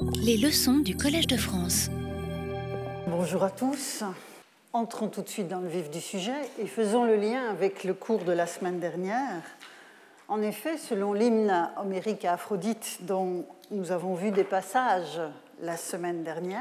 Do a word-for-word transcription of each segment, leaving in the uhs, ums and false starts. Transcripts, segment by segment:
Les leçons du Collège de France. Bonjour à tous. Entrons tout de suite dans le vif du sujet et faisons le lien avec le cours de la semaine dernière. En effet, selon l'hymne homérique à Aphrodite dont nous avons vu des passages la semaine dernière,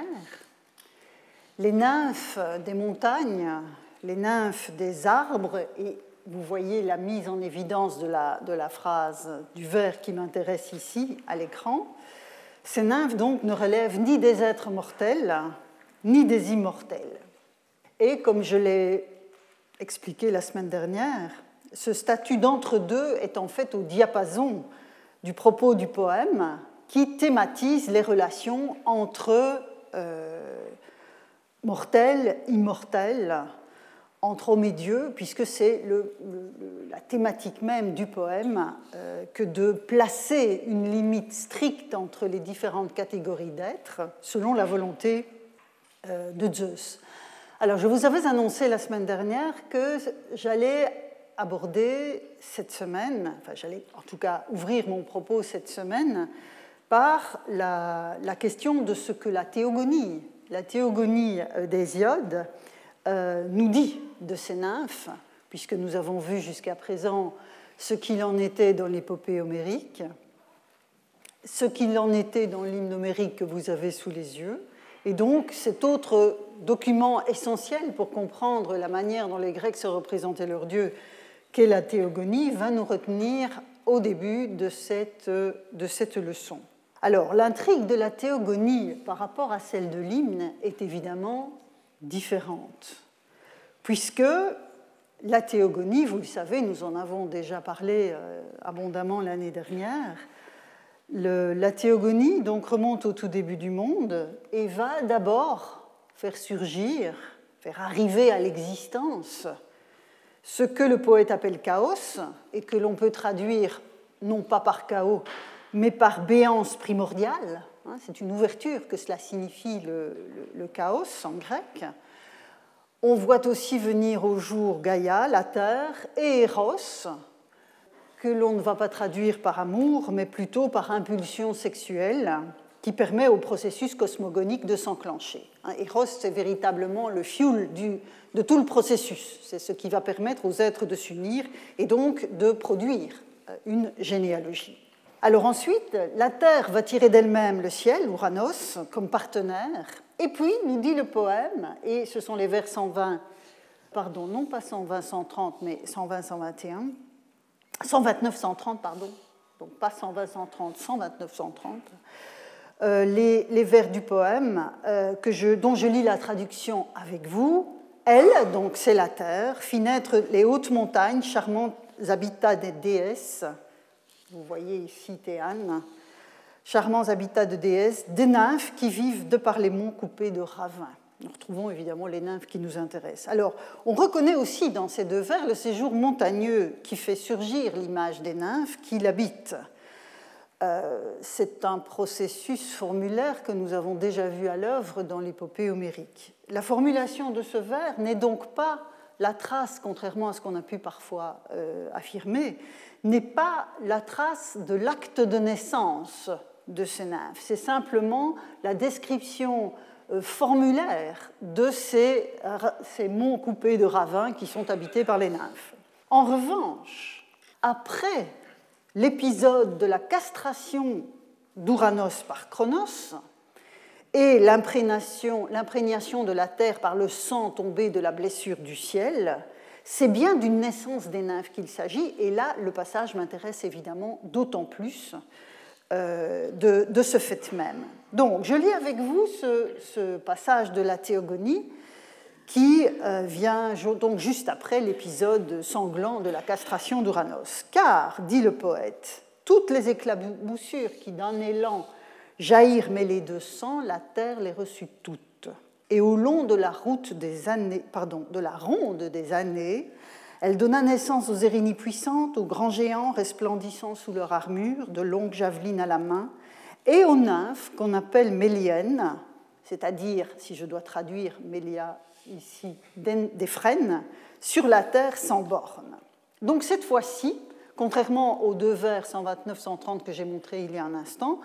les nymphes des montagnes, les nymphes des arbres, et vous voyez la mise en évidence de la, de la phrase du vers qui m'intéresse ici à l'écran, ces nymphes donc ne relèvent ni des êtres mortels, ni des immortels. Et comme je l'ai expliqué la semaine dernière, ce statut d'entre-deux est en fait au diapason du propos du poème qui thématise les relations entre euh, mortels, immortels, entre homme et Dieu, puisque c'est le, le, la thématique même du poème euh, que de placer une limite stricte entre les différentes catégories d'êtres selon la volonté euh, de Zeus. Alors, je vous avais annoncé la semaine dernière que j'allais aborder cette semaine, enfin j'allais en tout cas ouvrir mon propos cette semaine par la, la question de ce que la théogonie, la théogonie d'Hésiode euh, nous dit de ces nymphes, puisque nous avons vu jusqu'à présent ce qu'il en était dans l'épopée homérique, ce qu'il en était dans l'hymne homérique que vous avez sous les yeux, et donc cet autre document essentiel pour comprendre la manière dont les Grecs se représentaient leur Dieu, qu'est la théogonie, va nous retenir au début de cette, de cette leçon. Alors, l'intrigue de la théogonie par rapport à celle de l'hymne est évidemment différente, puisque la théogonie, vous le savez, nous en avons déjà parlé abondamment l'année dernière, le, la théogonie donc, remonte au tout début du monde et va d'abord faire surgir, faire arriver à l'existence ce que le poète appelle chaos, et que l'on peut traduire non pas par chaos, mais par béance primordiale. C'est une ouverture que cela signifie le, le, le chaos en grec. On voit aussi venir au jour Gaïa, la terre, et Eros, que l'on ne va pas traduire par amour, mais plutôt par impulsion sexuelle, qui permet au processus cosmogonique de s'enclencher. Eros, c'est véritablement le fuel du, de tout le processus. C'est ce qui va permettre aux êtres de s'unir et donc de produire une généalogie. Alors ensuite, la Terre va tirer d'elle-même le ciel, Ouranos, comme partenaire. Et puis, nous dit le poème, et ce sont les vers cent vingt, pardon, non pas cent vingt, cent trente, mais cent vingt, cent vingt et un, cent vingt-neuf, cent trente, pardon, donc pas cent vingt, cent trente, cent vingt-neuf, cent trente, euh, les, les vers du poème euh, que je, dont je lis la traduction avec vous. Elle, donc c'est la terre, fit naître les hautes montagnes, charmants habitats des déesses. Vous voyez ici Théane, charmants habitats de déesses, des nymphes qui vivent de par les monts coupés de ravins. Nous retrouvons évidemment les nymphes qui nous intéressent. Alors, on reconnaît aussi dans ces deux vers le séjour montagneux qui fait surgir l'image des nymphes qui l'habitent. Euh, c'est un processus formulaire que nous avons déjà vu à l'œuvre dans l'épopée homérique. La formulation de ce vers n'est donc pas la trace, contrairement à ce qu'on a pu parfois euh, affirmer, n'est pas la trace de l'acte de naissance de ces nymphes. C'est simplement la description euh, formulaire de ces, ces monts coupés de ravins qui sont habités par les nymphes. En revanche, après l'épisode de la castration d'Ouranos par Cronos et l'imprégnation, l'imprégnation de la terre par le sang tombé de la blessure du ciel, c'est bien d'une naissance des nymphes qu'il s'agit, et là, le passage m'intéresse évidemment d'autant plus euh, de, de ce fait même. Donc, je lis avec vous ce, ce passage de la théogonie qui euh, vient donc juste après l'épisode sanglant de la castration d'Ouranos. Car, dit le poète, toutes les éclaboussures qui d'un élan jaillirent mêlées de sang, la terre les reçut toutes. Et au long de la route des années, pardon, de la ronde des années, elle donna naissance aux Érénies puissantes, aux grands géants resplendissant sous leur armure, de longues javelines à la main, et aux nymphes qu'on appelle méliennes, c'est-à-dire, si je dois traduire Mélia ici, des frênes, sur la terre sans bornes. Donc cette fois-ci, contrairement aux deux vers cent vingt-neuf cent trente que j'ai montrés il y a un instant,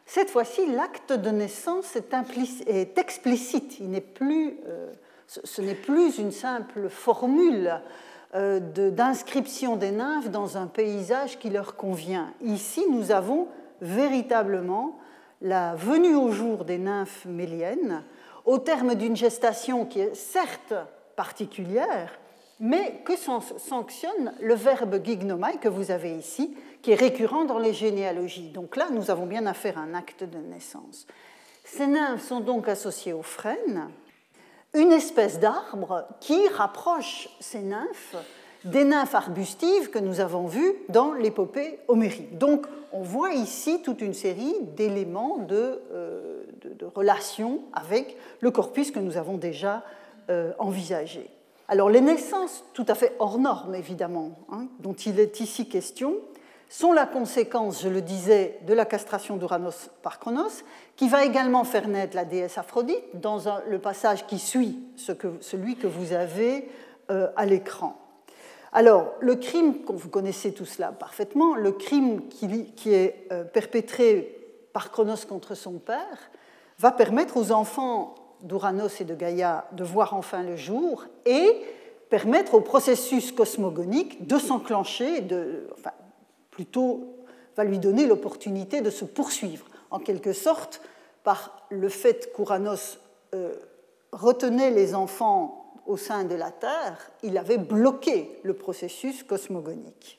Cette fois-ci, l'acte de naissance est, est explicite. Il n'est plus, euh, ce n'est plus une simple formule euh, d'inscription des nymphes dans un paysage qui leur convient. Ici, nous avons véritablement la venue au jour des nymphes méliennes, au terme d'une gestation qui est certes particulière, mais que sanctionne le verbe gignomai que vous avez ici, qui est récurrent dans les généalogies. Donc là, nous avons bien affaire à un acte de naissance. Ces nymphes sont donc associées aux frênes, une espèce d'arbre qui rapproche ces nymphes des nymphes arbustives que nous avons vues dans l'épopée homérique. Donc, on voit ici toute une série d'éléments de, euh, de, de relations avec le corpus que nous avons déjà euh, envisagé. Alors, les naissances tout à fait hors normes, évidemment, hein, dont il est ici question, sont la conséquence, je le disais, de la castration d'Uranos par Cronos, qui va également faire naître la déesse Aphrodite dans un, le passage qui suit ce que, celui que vous avez euh, à l'écran. Alors, le crime, vous connaissez tout cela parfaitement, le crime qui, qui est euh, perpétré par Cronos contre son père va permettre aux enfants d'Uranos et de Gaïa de voir enfin le jour et permettre au processus cosmogonique de s'enclencher, de, enfin, plutôt va lui donner l'opportunité de se poursuivre, en quelque sorte, par le fait qu'Uranos euh, retenait les enfants au sein de la Terre, il avait bloqué le processus cosmogonique.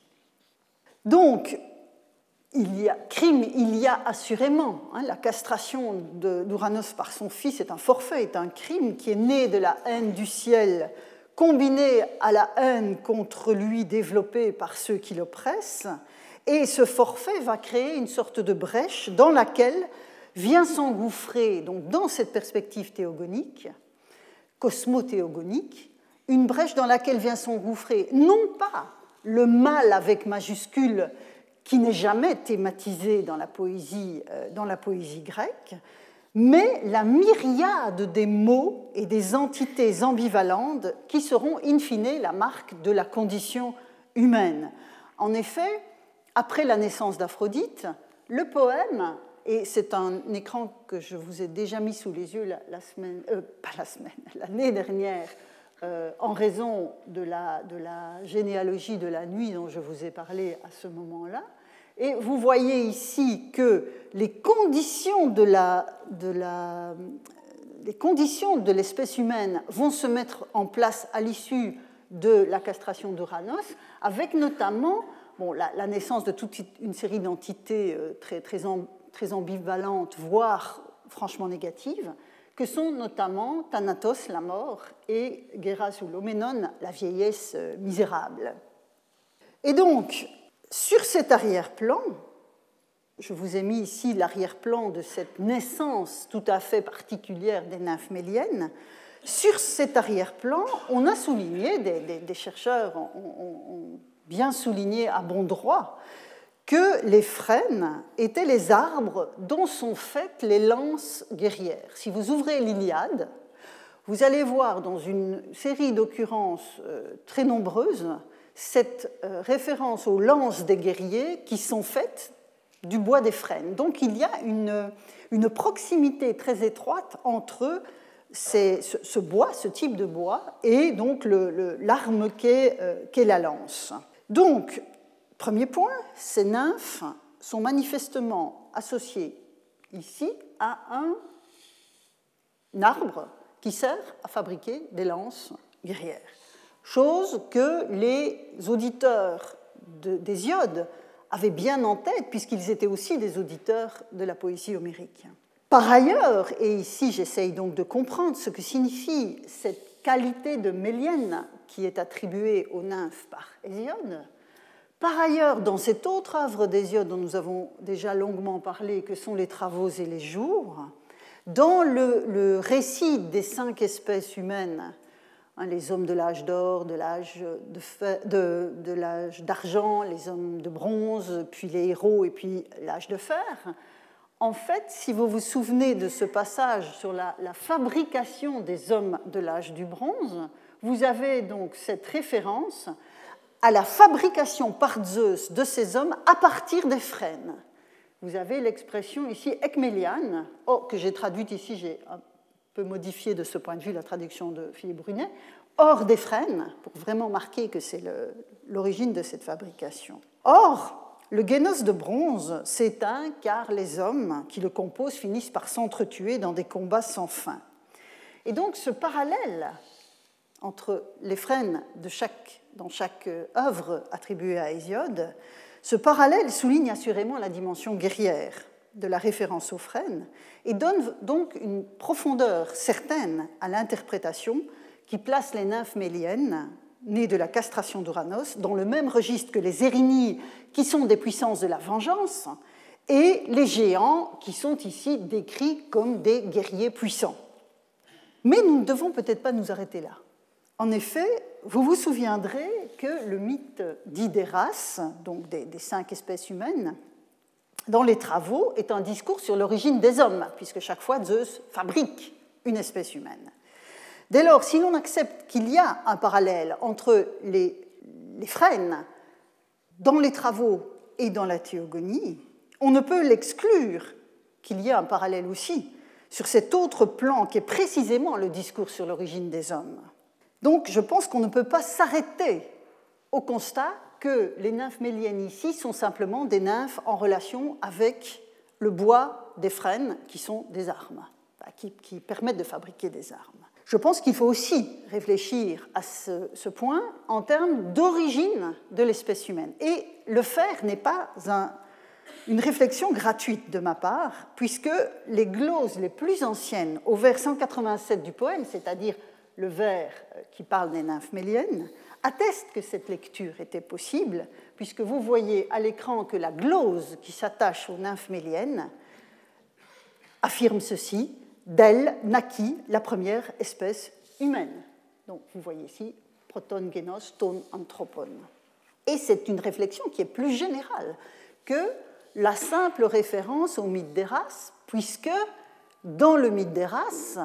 Donc, il y a crime, il y a assurément, hein, la castration d'Uranos par son fils est un forfait, est un crime qui est né de la haine du ciel, combinée à la haine contre lui développée par ceux qui l'oppressent, et ce forfait va créer une sorte de brèche dans laquelle vient s'engouffrer, donc dans cette perspective théogonique, cosmothéogonique, une brèche dans laquelle vient s'engouffrer non pas le mal avec majuscule qui n'est jamais thématisé dans la poésie, dans la poésie grecque, mais la myriade des mots et des entités ambivalentes qui seront in fine la marque de la condition humaine. En effet, après la naissance d'Aphrodite, le poème, et c'est un écran que je vous ai déjà mis sous les yeux la, la semaine, euh, pas la semaine, l'année dernière, euh, en raison de la, de la généalogie de la nuit dont je vous ai parlé à ce moment-là. Et vous voyez ici que les conditions de la, de la, les conditions de l'espèce humaine vont se mettre en place à l'issue de la castration d'Uranos, avec notamment bon, la, la naissance de toute une série d'entités euh, très, très, très ambivalentes, voire franchement négatives, que sont notamment Thanatos, la mort, et Géras ou l'Oménon, la vieillesse euh, misérable. Et donc, sur cet arrière-plan, je vous ai mis ici l'arrière-plan de cette naissance tout à fait particulière des nymphes méliennes. Sur cet arrière-plan, on a souligné, des, des, des chercheurs ont, ont, ont bien souligné à bon droit, que les frênes étaient les arbres dont sont faites les lances guerrières. Si vous ouvrez l'Iliade, vous allez voir dans une série d'occurrences très nombreuses cette référence aux lances des guerriers qui sont faites du bois des frênes. Donc il y a une, une proximité très étroite entre ces, ce, ce bois, ce type de bois, et donc le, le, l'arme qu'est, euh, qu'est la lance. Donc, premier point, ces nymphes sont manifestement associées ici à un, un arbre qui sert à fabriquer des lances guerrières. Chose que les auditeurs de, d'Hésiode avaient bien en tête, puisqu'ils étaient aussi des auditeurs de la poésie homérique. Par ailleurs, et ici j'essaye donc de comprendre ce que signifie cette qualité de mélienne qui est attribuée aux nymphes par Hésiode, par ailleurs, dans cette autre œuvre d'Hésiode dont nous avons déjà longuement parlé, que sont les Travaux et les Jours, dans le, le récit des cinq espèces humaines, les hommes de l'âge d'or, de l'âge, de fer, de, de l'âge d'argent, les hommes de bronze, puis les héros et puis l'âge de fer. En fait, si vous vous souvenez de ce passage sur la, la fabrication des hommes de l'âge du bronze, vous avez donc cette référence à la fabrication par Zeus de ces hommes à partir des frênes. vous avez l'expression ici ekméliane, oh, que j'ai traduite ici, j'ai un peu modifié de ce point de vue la traduction de Philippe Brunet, hors des frênes, pour vraiment marquer que c'est le, l'origine de cette fabrication. Or, le génos de bronze s'éteint car les hommes qui le composent finissent par s'entretuer dans des combats sans fin. Et donc ce parallèle entre les frênes de chaque, dans chaque œuvre attribuée à Hésiode, ce parallèle souligne assurément la dimension guerrière de la référence aux frênes et donne donc une profondeur certaine à l'interprétation qui place les nymphes méliennes, nées de la castration d'Ouranos, dans le même registre que les Érinies, qui sont des puissances de la vengeance, et les géants, qui sont ici décrits comme des guerriers puissants. Mais nous ne devons peut-être pas nous arrêter là. En effet, vous vous souviendrez que le mythe dit des races, donc des, des cinq espèces humaines, dans les travaux, est un discours sur l'origine des hommes, puisque chaque fois Zeus fabrique une espèce humaine. Dès lors, si l'on accepte qu'il y a un parallèle entre les, les frênes dans les travaux et dans la théogonie, on ne peut l'exclure qu'il y ait un parallèle aussi sur cet autre plan qui est précisément le discours sur l'origine des hommes. Donc, je pense qu'on ne peut pas s'arrêter au constat que les nymphes méliennes ici sont simplement des nymphes en relation avec le bois des frênes, qui sont des armes, qui, qui permettent de fabriquer des armes. Je pense qu'il faut aussi réfléchir à ce, ce point en termes d'origine de l'espèce humaine. Et le faire n'est pas un, une réflexion gratuite de ma part, puisque les gloses les plus anciennes, au vers cent quatre-vingt-sept du poème, c'est-à-dire le vers qui parle des nymphes méliennes, atteste que cette lecture était possible, puisque vous voyez à l'écran que la glose qui s'attache aux nymphes méliennes affirme ceci: d'elle naquit la première espèce humaine. Donc vous voyez ici proton, génos, ton, anthropon. Et c'est une réflexion qui est plus générale que la simple référence au mythe des races, puisque dans le mythe des races,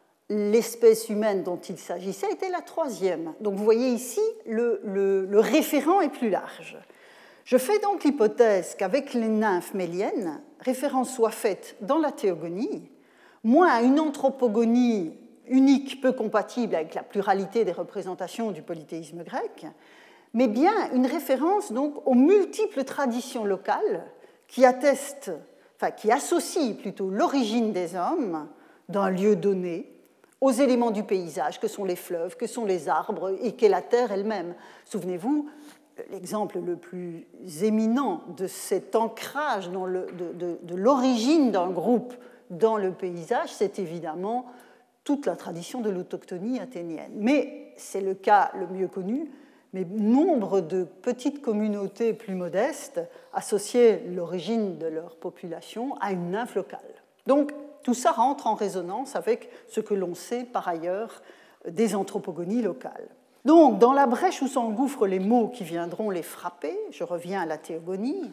l'espèce humaine dont il s'agissait était la troisième. Donc vous voyez ici, le, le, le référent est plus large. Je fais donc l'hypothèse qu'avec les nymphes méliennes, référence soit faite dans la théogonie, moins à une anthropogonie unique, peu compatible avec la pluralité des représentations du polythéisme grec, mais bien une référence donc aux multiples traditions locales qui attestent, enfin qui associent plutôt l'origine des hommes d'un lieu donné aux éléments du paysage, que sont les fleuves, que sont les arbres et qu'est la terre elle-même. Souvenez-vous, l'exemple le plus éminent de cet ancrage dans le, de, de, de l'origine d'un groupe dans le paysage, c'est évidemment toute la tradition de l'autochtonie athénienne. Mais c'est le cas le mieux connu, mais nombre de petites communautés plus modestes associaient l'origine de leur population à une nymphe locale. Donc, tout ça rentre en résonance avec ce que l'on sait par ailleurs des anthropogonies locales. Donc, dans la brèche où s'engouffrent les mots qui viendront les frapper, je reviens à la théogonie,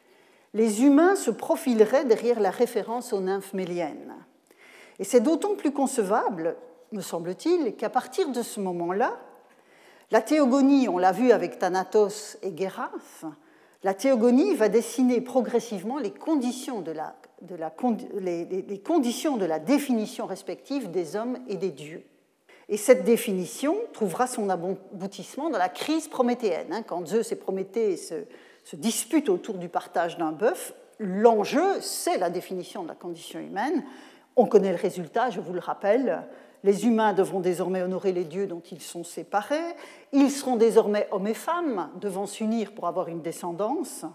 les humains se profileraient derrière la référence aux nymphes méliennes. Et c'est d'autant plus concevable, me semble-t-il, qu'à partir de ce moment-là, la théogonie, on l'a vu avec Thanatos et Guéras, la théogonie va dessiner progressivement les conditions de la, de la, les, les conditions de la définition respective des hommes et des dieux. Et cette définition trouvera son aboutissement dans la crise prométhéenne. Hein, quand Zeus et Prométhée se, se disputent autour du partage d'un bœuf, l'enjeu, c'est la définition de la condition humaine. On connaît le résultat, je vous le rappelle. Les humains devront désormais honorer les dieux dont ils sont séparés. Ils seront désormais hommes et femmes, devant s'unir pour avoir une descendance.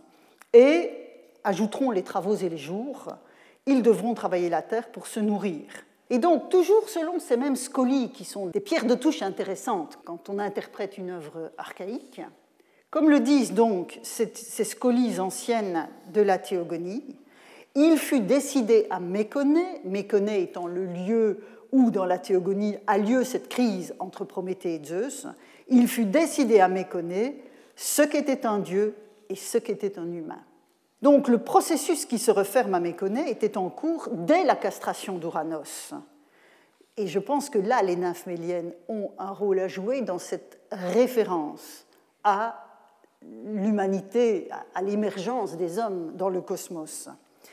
Et ajouteront les travaux et les jours. Ils devront travailler la terre pour se nourrir. Et donc, toujours selon ces mêmes scolies, qui sont des pierres de touche intéressantes quand on interprète une œuvre archaïque, comme le disent donc ces scolies anciennes de la théogonie, il fut décidé à Méconée, Méconée étant le lieu où dans la théogonie a lieu cette crise entre Prométhée et Zeus, il fut décidé à Méconée ce qu'était un dieu et ce qu'était un humain. Donc le processus qui se referme à Méconée était en cours dès la castration d'Ouranos. Et je pense que là, les nymphes méliennes ont un rôle à jouer dans cette référence à l'humanité, à l'émergence des hommes dans le cosmos.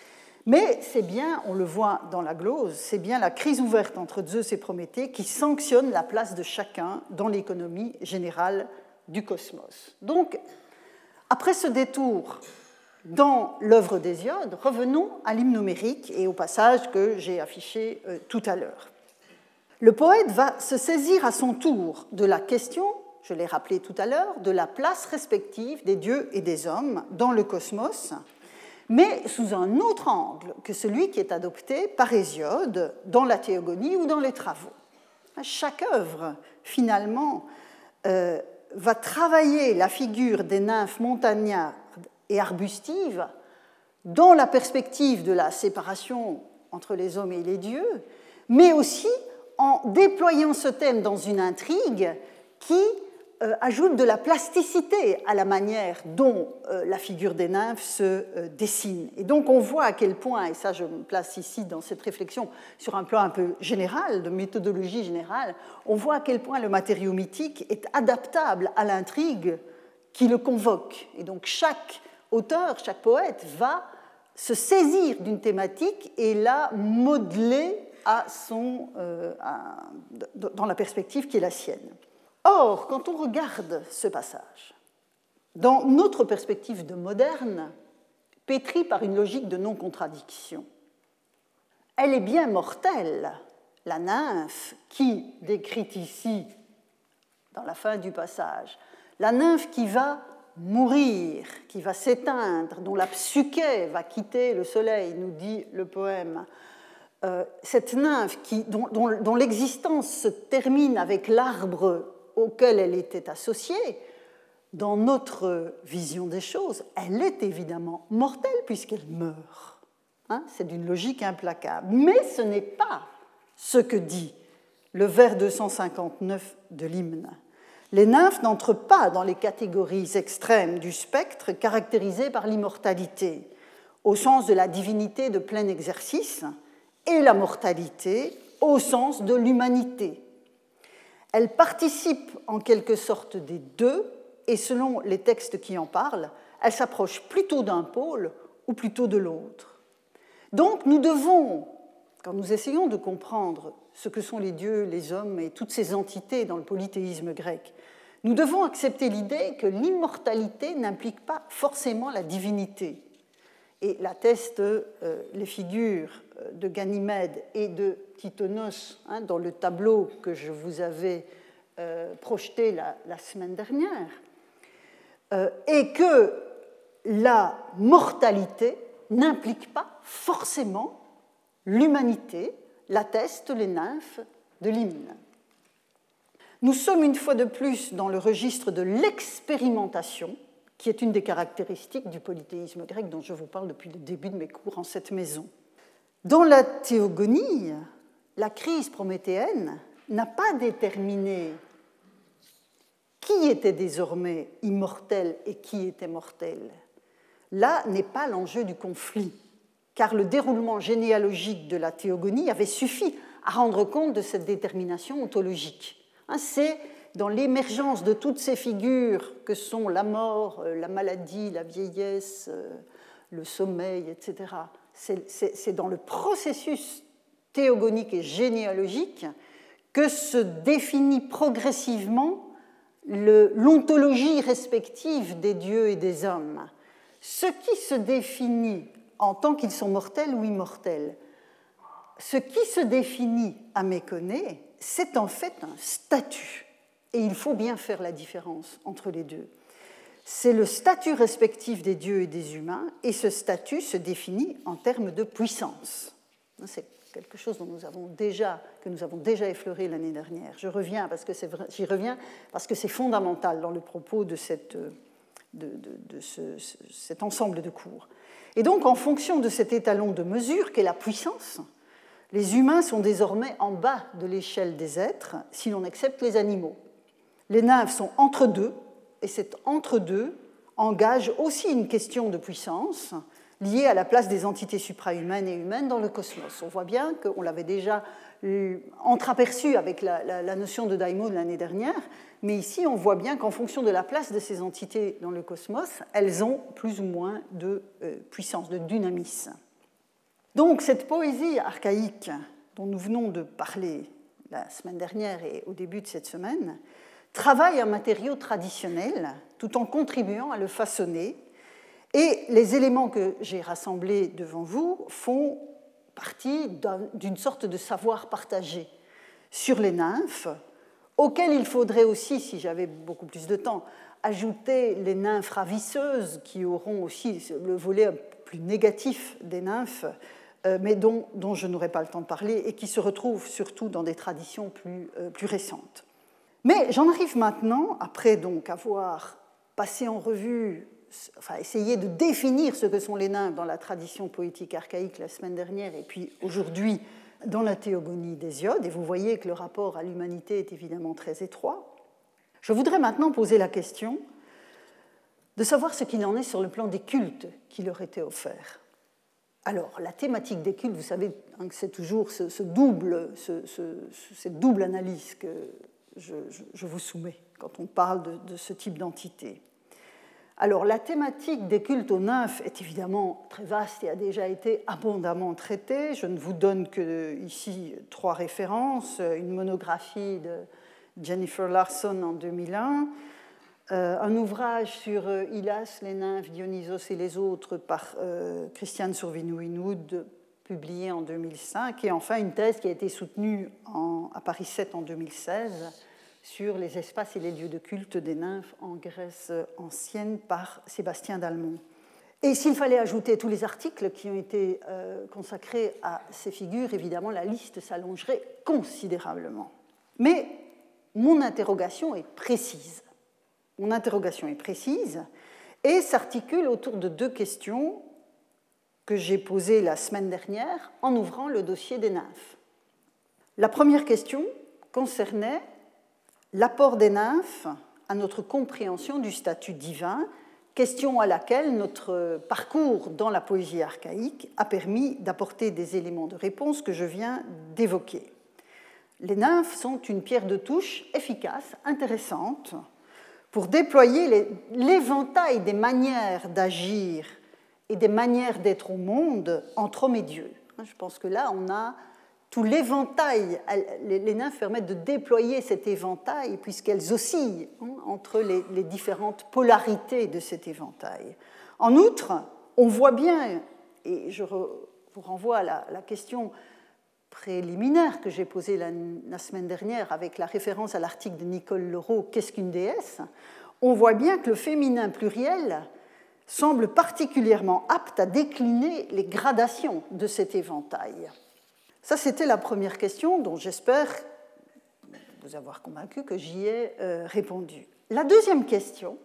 Mais c'est bien, on le voit dans la glose, c'est bien la crise ouverte entre Zeus et Prométhée qui sanctionne la place de chacun dans l'économie générale du cosmos. Donc, après ce détour dans l'œuvre d'Hésiode, revenons à l'hymne homérique et au passage que j'ai affiché euh, tout à l'heure. Le poète va se saisir à son tour de la question, je l'ai rappelé tout à l'heure, de la place respective des dieux et des hommes dans le cosmos, mais sous un autre angle que celui qui est adopté par Hésiode dans la Théogonie ou dans les travaux. Chaque œuvre, finalement, euh, va travailler la figure des nymphes montagnardes et arbustives dans la perspective de la séparation entre les hommes et les dieux, mais aussi en déployant ce thème dans une intrigue qui euh, ajoute de la plasticité à la manière dont euh, la figure des nymphes se euh, dessine. Et donc on voit à quel point, et ça je me place ici dans cette réflexion sur un plan un peu général, de méthodologie générale, on voit à quel point le matériau mythique est adaptable à l'intrigue qui le convoque. Et donc chaque auteur, chaque poète va se saisir d'une thématique et la modeler à son, euh, à, dans la perspective qui est la sienne. Or, quand on regarde ce passage, dans notre perspective de moderne, pétrie par une logique de non-contradiction, elle est bien mortelle, la nymphe qui, décrite ici dans la fin du passage, la nymphe qui va mourir, qui va s'éteindre, dont la psyché va quitter le soleil, nous dit le poème, euh, cette nymphe qui, dont, dont, dont l'existence se termine avec l'arbre auquel elle était associée, dans notre vision des choses, elle est évidemment mortelle puisqu'elle meurt. Hein, c'est d'une logique implacable. Mais ce n'est pas ce que dit le vers deux cent cinquante-neuf de l'hymne. Les nymphes n'entrent pas dans les catégories extrêmes du spectre caractérisées par l'immortalité, au sens de la divinité de plein exercice, et la mortalité au sens de l'humanité. Elles participent en quelque sorte des deux, et selon les textes qui en parlent, elles s'approchent plutôt d'un pôle ou plutôt de l'autre. Donc nous devons, quand nous essayons de comprendre ce que sont les dieux, les hommes et toutes ces entités dans le polythéisme grec, nous devons accepter l'idée que l'immortalité n'implique pas forcément la divinité. Et l'attestent euh, les figures de Ganymède et de Tithonus hein, dans le tableau que je vous avais euh, projeté la, la semaine dernière, euh, et que la mortalité n'implique pas forcément l'humanité, l'attestent les nymphes de l'hymne. Nous sommes une fois de plus dans le registre de l'expérimentation, qui est une des caractéristiques du polythéisme grec dont je vous parle depuis le début de mes cours en cette maison. Dans la théogonie, la crise prométhéenne n'a pas déterminé qui était désormais immortel et qui était mortel. Là n'est pas l'enjeu du conflit, car le déroulement généalogique de la théogonie avait suffi à rendre compte de cette détermination ontologique. C'est dans l'émergence de toutes ces figures que sont la mort, la maladie, la vieillesse, le sommeil, et cetera. C'est, c'est, c'est dans le processus théogonique et généalogique que se définit progressivement le, l'ontologie respective des dieux et des hommes. Ce qui se définit en tant qu'ils sont mortels ou immortels, ce qui se définit à méconnaître, c'est en fait un statut. Et il faut bien faire la différence entre les deux. C'est le statut respectif des dieux et des humains, et ce statut se définit en termes de puissance. C'est quelque chose dont nous avons déjà, que nous avons déjà effleuré l'année dernière. Je reviens parce que c'est vrai, j'y reviens parce que c'est fondamental dans le propos de, cette, de, de, de ce, cet ensemble de cours. Et donc, en fonction de cet étalon de mesure qu'est la puissance, les humains sont désormais en bas de l'échelle des êtres, si l'on accepte les animaux. Les nymphes sont entre deux, et cet entre-deux engage aussi une question de puissance liée à la place des entités suprahumaines et humaines dans le cosmos. On voit bien qu'on l'avait déjà entreaperçu avec la, la, la notion de daimon de l'année dernière, mais ici on voit bien qu'en fonction de la place de ces entités dans le cosmos, elles ont plus ou moins de euh, puissance, de dynamisme. Donc cette poésie archaïque dont nous venons de parler la semaine dernière et au début de cette semaine travaille un matériau traditionnel tout en contribuant à le façonner, et les éléments que j'ai rassemblés devant vous font partie d'une sorte de savoir partagé sur les nymphes, auquel il faudrait aussi, si j'avais beaucoup plus de temps, ajouter les nymphes ravisseuses qui auront aussi le volet plus négatif des nymphes, mais dont, dont je n'aurai pas le temps de parler et qui se retrouvent surtout dans des traditions plus, euh, plus récentes. Mais j'en arrive maintenant, après donc avoir passé en revue, enfin essayé de définir ce que sont les nymphes dans la tradition poétique archaïque la semaine dernière et puis aujourd'hui dans la théogonie d'Hésiode, et vous voyez que le rapport à l'humanité est évidemment très étroit, je voudrais maintenant poser la question de savoir ce qu'il en est sur le plan des cultes qui leur étaient offerts. Alors, la thématique des cultes, vous savez hein, que c'est toujours ce, ce double, ce, ce, cette double analyse que je, je, je vous soumets quand on parle de, de ce type d'entité. Alors, la thématique des cultes aux nymphes est évidemment très vaste et a déjà été abondamment traitée. Je ne vous donne que ici trois références. Une monographie de Jennifer Larson en deux mille un, euh, un ouvrage sur euh, Hylas, les nymphes, Dionysos et les autres par euh, Christiane Sourvinou-Hinoud, publié en deux mille cinq, et enfin une thèse qui a été soutenue en, à Paris sept en deux mille seize sur les espaces et les lieux de culte des nymphes en Grèce ancienne par Sébastien Dalmont. Et s'il fallait ajouter tous les articles qui ont été euh, consacrés à ces figures, évidemment la liste s'allongerait considérablement. Mais mon interrogation est précise. Mon interrogation est précise et s'articule autour de deux questions que j'ai posées la semaine dernière en ouvrant le dossier des nymphes. La première question concernait l'apport des nymphes à notre compréhension du statut divin, question à laquelle notre parcours dans la poésie archaïque a permis d'apporter des éléments de réponse que je viens d'évoquer. Les nymphes sont une pierre de touche efficace, intéressante, pour déployer l'éventail des manières d'agir et des manières d'être au monde entre hommes et dieux. Je pense que là, on a tout l'éventail. Les nymphes permettent de déployer cet éventail puisqu'elles oscillent entre les, les différentes polarités de cet éventail. En outre, on voit bien, et je vous renvoie à la, la question préliminaire que j'ai posée la, la semaine dernière avec la référence à l'article de Nicole Leroux, « Qu'est-ce qu'une déesse ?», on voit bien que le féminin pluriel semble particulièrement apte à décliner les gradations de cet éventail. Ça, c'était la première question dont j'espère vous avoir convaincu que j'y ai euh, répondu. La deuxième question,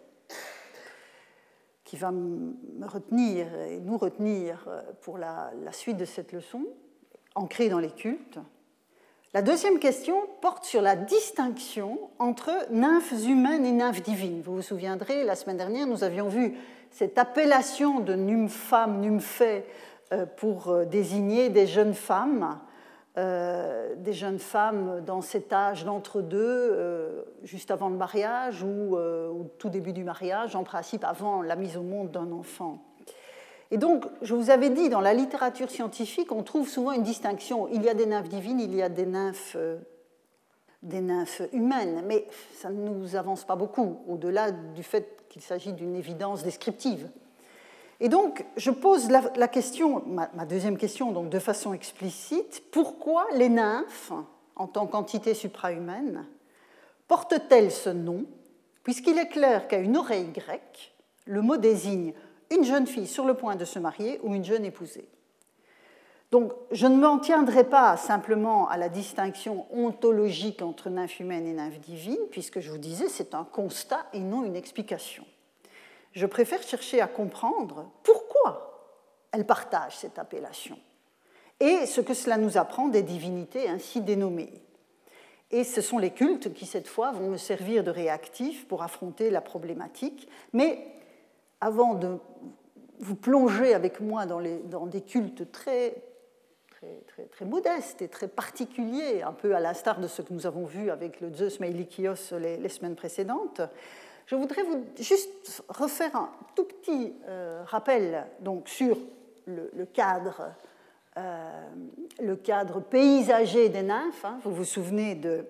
qui va me retenir et nous retenir pour la, la suite de cette leçon, ancrée dans les cultes, la deuxième question porte sur la distinction entre nymphes humaines et nymphes divines. Vous vous souviendrez, la semaine dernière, nous avions vu cette appellation de nympham, nymphée, pour désigner des jeunes femmes, euh, des jeunes femmes dans cet âge d'entre-deux, euh, juste avant le mariage ou euh, au tout début du mariage, en principe avant la mise au monde d'un enfant. Et donc, je vous avais dit, dans la littérature scientifique, on trouve souvent une distinction. Il y a des nymphes divines, il y a des nymphes, euh, des nymphes humaines, mais ça ne nous avance pas beaucoup, au-delà du fait qu'il s'agit d'une évidence descriptive. Et donc, je pose la, la question, ma, ma deuxième question, donc de façon explicite, pourquoi les nymphes, en tant qu'entité suprahumaine, portent-elles ce nom, puisqu'il est clair qu'à une oreille grecque, le mot désigne une jeune fille sur le point de se marier ou une jeune épousée. Donc, je ne m'en tiendrai pas simplement à la distinction ontologique entre nymphes humaines et nymphes divines, puisque je vous disais, c'est un constat et non une explication. Je préfère chercher à comprendre pourquoi elles partagent cette appellation et ce que cela nous apprend des divinités ainsi dénommées. Et ce sont les cultes qui, cette fois, vont me servir de réactif pour affronter la problématique. Mais avant de vous plonger avec moi dans, les, dans des cultes très, très, très, très modestes et très particuliers, un peu à l'instar de ce que nous avons vu avec le Zeus Meilikios les, les semaines précédentes, je voudrais vous juste refaire un tout petit euh, rappel donc, sur le, le cadre euh, le cadre paysager des nymphes. Hein. Vous vous souvenez de,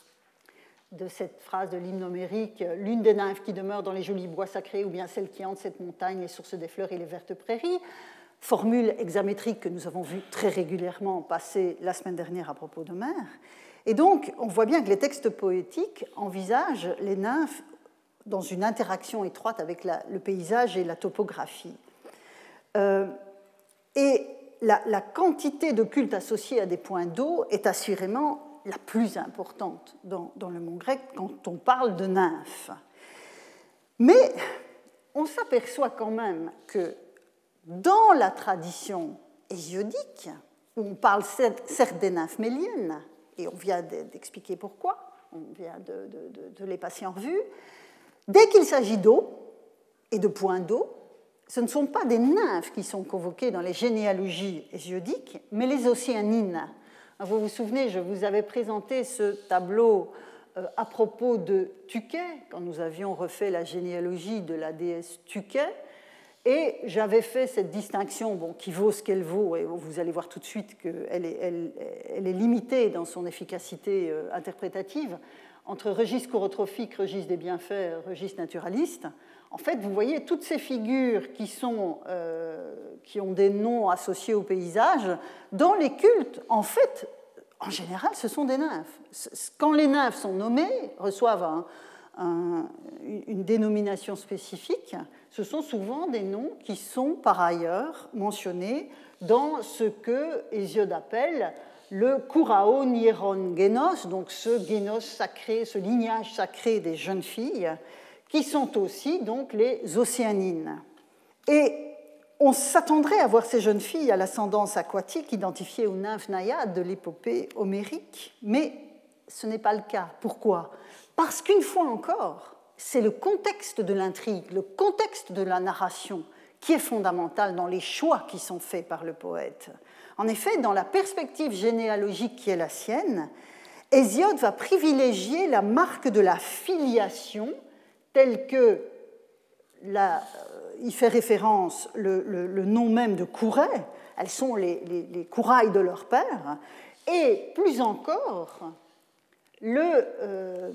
de cette phrase de l'hymne homérique, l'une des nymphes qui demeure dans les jolis bois sacrés, ou bien celle qui hante cette montagne, les sources des fleurs et les vertes prairies. Formule hexamétrique que nous avons vu très régulièrement passer la semaine dernière à propos d'Homère. Et donc, on voit bien que les textes poétiques envisagent les nymphes dans une interaction étroite avec la, le paysage et la topographie. Euh, et la, la quantité de culte associée à des points d'eau est assurément la plus importante dans, dans le monde grec quand on parle de nymphes. Mais on s'aperçoit quand même que dans la tradition hésiodique, où on parle certes des nymphes méliennes, et on vient d'expliquer pourquoi, on vient de, de, de, de les passer en revue, dès qu'il s'agit d'eau et de points d'eau, ce ne sont pas des nymphes qui sont convoquées dans les généalogies hésiodiques, mais les océanines. Vous vous souvenez, je vous avais présenté ce tableau à propos de Tuké, quand nous avions refait la généalogie de la déesse Tuké, et j'avais fait cette distinction bon, qui vaut ce qu'elle vaut, et vous allez voir tout de suite qu'elle est, elle, elle est limitée dans son efficacité interprétative, entre registre chorotrophique, registre des bienfaits, registre naturaliste. En fait, vous voyez toutes ces figures qui, sont, euh, qui ont des noms associés au paysage, dans les cultes, en fait, en général, ce sont des nymphes. Quand les nymphes sont nommées, reçoivent un, un, une dénomination spécifique, ce sont souvent des noms qui sont par ailleurs mentionnés dans ce que Hésiode appelle le Kourao Nieron Génos, donc ce génos sacré, ce lignage sacré des jeunes filles, qui sont aussi donc les océanines. Et on s'attendrait à voir ces jeunes filles à l'ascendance aquatique identifiées aux nymphes naïades de l'épopée homérique, mais ce n'est pas le cas. Pourquoi ? Parce qu'une fois encore, c'est le contexte de l'intrigue, le contexte de la narration qui est fondamental dans les choix qui sont faits par le poète. En effet, dans la perspective généalogique qui est la sienne, Hésiode va privilégier la marque de la filiation telle que la, il fait référence le, le, le nom même de Kouré, elles sont les, les, les courailles de leur père, et plus encore, le, euh,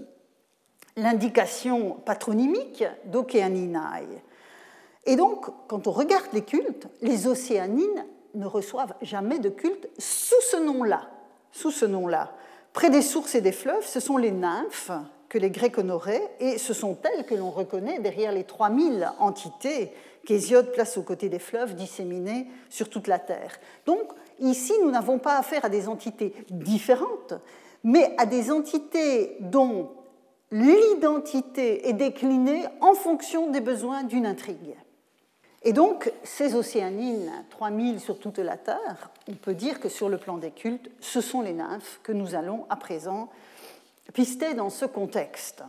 l'indication patronymique d'Océaninae. Et donc, quand on regarde les cultes, les océanines ne reçoivent jamais de culte sous ce nom-là. Sous ce nom-là. Près des sources et des fleuves, ce sont les nymphes que les Grecs honoraient, et ce sont elles que l'on reconnaît derrière les trois mille entités qu'Hésiode place aux côtés des fleuves disséminées sur toute la terre. Donc, ici, nous n'avons pas affaire à des entités différentes, mais à des entités dont l'identité est déclinée en fonction des besoins d'une intrigue. Et donc, ces océanines, trois mille sur toute la terre, on peut dire que sur le plan des cultes, ce sont les nymphes que nous allons à présent pister dans ce contexte.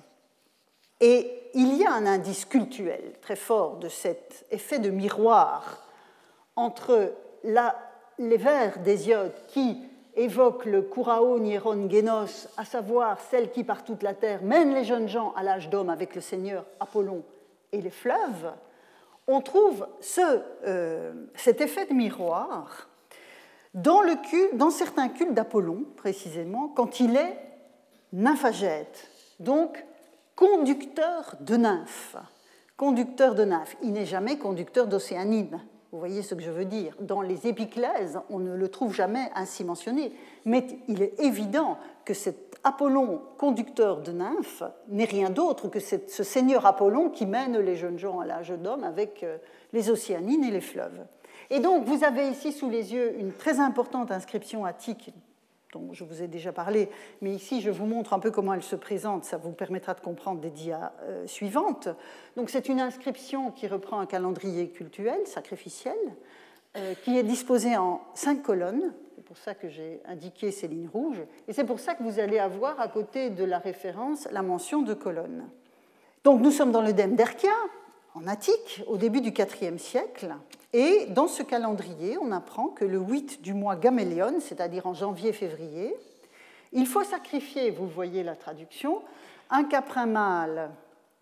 Et il y a un indice cultuel très fort de cet effet de miroir entre la, les vers d'Hésiode qui évoquent le Kourao Nieron Génos, à savoir celle qui par toute la terre mène les jeunes gens à l'âge d'homme avec le seigneur Apollon et les fleuves. On trouve ce, euh, cet effet de miroir dans, le culte, dans certains cultes d'Apollon, précisément, quand il est nymphagète, donc conducteur de nymphes. Conducteur de nymphes. Il n'est jamais conducteur d'océanines. Vous voyez ce que je veux dire. Dans les épiclèses, on ne le trouve jamais ainsi mentionné. Mais il est évident que cet Apollon, conducteur de nymphes, n'est rien d'autre que ce seigneur Apollon qui mène les jeunes gens à l'âge d'homme avec les océanines et les fleuves. Et donc, vous avez ici sous les yeux une très importante inscription attique dont je vous ai déjà parlé, mais ici je vous montre un peu comment elle se présente, ça vous permettra de comprendre des dias euh, suivantes. Donc c'est une inscription qui reprend un calendrier cultuel, sacrificiel, euh, qui est disposé en cinq colonnes, c'est pour ça que j'ai indiqué ces lignes rouges, et c'est pour ça que vous allez avoir à côté de la référence la mention de colonnes. Donc nous sommes dans le dème d'Herkia, en Attique, au début du quatrième siècle, et dans ce calendrier, on apprend que le huit du mois Gaméléon, c'est-à-dire en janvier-février, il faut sacrifier, vous voyez la traduction, un caprin mâle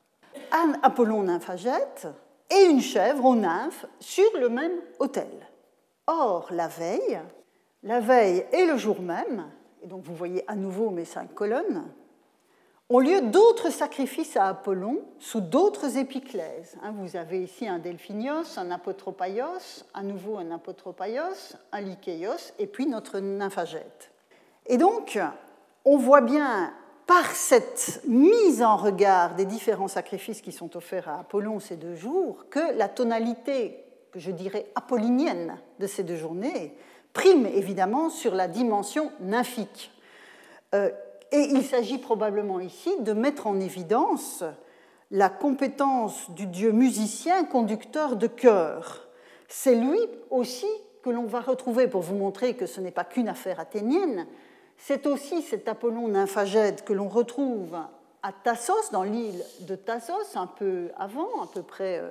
à Apollon nymphagète et une chèvre aux nymphes sur le même autel. Or, la veille, la veille et le jour même, et donc vous voyez à nouveau mes cinq colonnes, ont lieu d'autres sacrifices à Apollon sous d'autres épiclèses. Vous avez ici un Delphinios, un Apotropaios, à nouveau un Apotropaios, un Lykéios, et puis notre nymphagète. Et donc, on voit bien, par cette mise en regard des différents sacrifices qui sont offerts à Apollon ces deux jours, que la tonalité, que je dirais apollinienne de ces deux journées, prime évidemment sur la dimension nymphique. Euh, Et il s'agit probablement ici de mettre en évidence la compétence du dieu musicien conducteur de chœur. C'est lui aussi que l'on va retrouver, pour vous montrer que ce n'est pas qu'une affaire athénienne, c'est aussi cet Apollon nymphagète que l'on retrouve à Tassos, dans l'île de Tassos, un peu avant, à peu près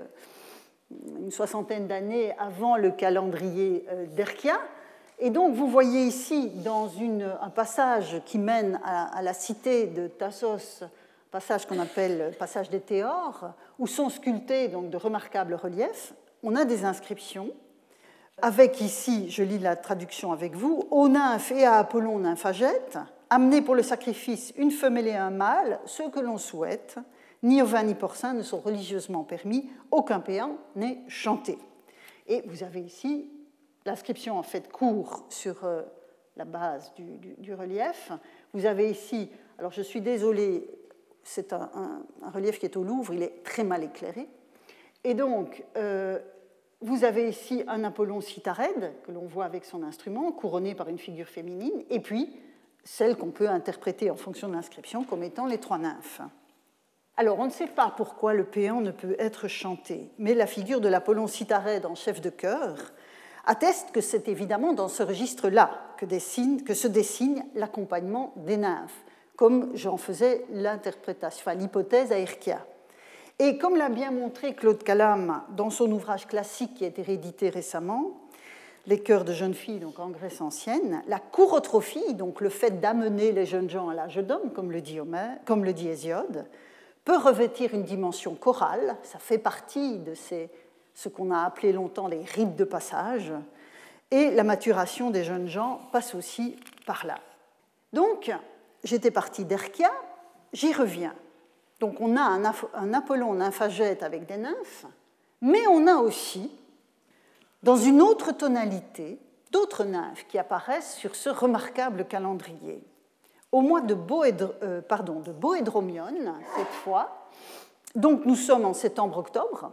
une soixantaine d'années avant le calendrier d'Herkia. Et donc, vous voyez ici, dans une, un passage qui mène à, à la cité de Tassos, passage qu'on appelle le passage des Théors, où sont sculptés donc, de remarquables reliefs, on a des inscriptions, avec ici, je lis la traduction avec vous, « Aux nymphes et à Apollon nymphagète, amenez pour le sacrifice une femelle et un mâle, ceux que l'on souhaite, ni ovin ni porcin ne sont religieusement permis, aucun péant n'est chanté. » Et vous avez ici l'inscription en fait court sur euh, la base du, du, du relief. Vous avez ici, alors je suis désolée, c'est un, un, un relief qui est au Louvre, il est très mal éclairé. Et donc, euh, vous avez ici un Apollon citharède, que l'on voit avec son instrument, couronné par une figure féminine, et puis celle qu'on peut interpréter en fonction de l'inscription comme étant les trois nymphes. Alors, on ne sait pas pourquoi le péant ne peut être chanté, mais la figure de l'Apollon citharède en chef de chœur atteste que c'est évidemment dans ce registre-là que, dessine, que se dessine l'accompagnement des nymphes, comme j'en faisais l'interprétation, enfin, l'hypothèse à Herkia. Et comme l'a bien montré Claude Calame dans son ouvrage classique qui a été réédité récemment, Les chœurs de jeunes filles, donc en Grèce ancienne, la chorotrophie, donc le fait d'amener les jeunes gens à l'âge d'homme, comme le dit Homère, comme le dit Hésiode, peut revêtir une dimension chorale, ça fait partie de ces ce qu'on a appelé longtemps les rites de passage, et la maturation des jeunes gens passe aussi par là. Donc, j'étais partie d'Herkia, j'y reviens. Donc, on a un, un Apollon nymphagète avec des nymphes, mais on a aussi, dans une autre tonalité, d'autres nymphes qui apparaissent sur ce remarquable calendrier. Au mois de, Boédr... euh, pardon, de Boédromion, cette fois, donc nous sommes en septembre-octobre,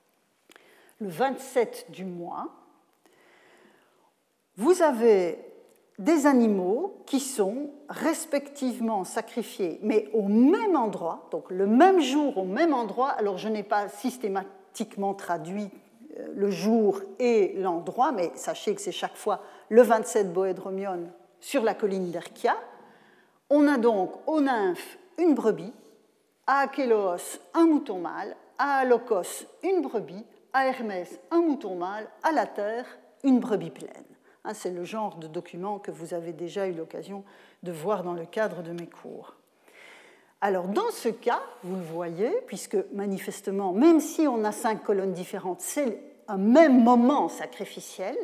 le vingt-sept du mois, vous avez des animaux qui sont respectivement sacrifiés, mais au même endroit, donc le même jour, au même endroit. Alors, je n'ai pas systématiquement traduit le jour et l'endroit, mais sachez que c'est chaque fois le vingt-sept Boédromion sur la colline d'Herkia. On a donc aux nymphes une brebis, à Achéloos un mouton mâle, à Alokos une brebis, à Hermès un mouton mâle, à la terre une brebis pleine. C'est le genre de document que vous avez déjà eu l'occasion de voir dans le cadre de mes cours. Alors, dans ce cas, vous le voyez, puisque manifestement, même si on a cinq colonnes différentes, c'est un même moment sacrificiel.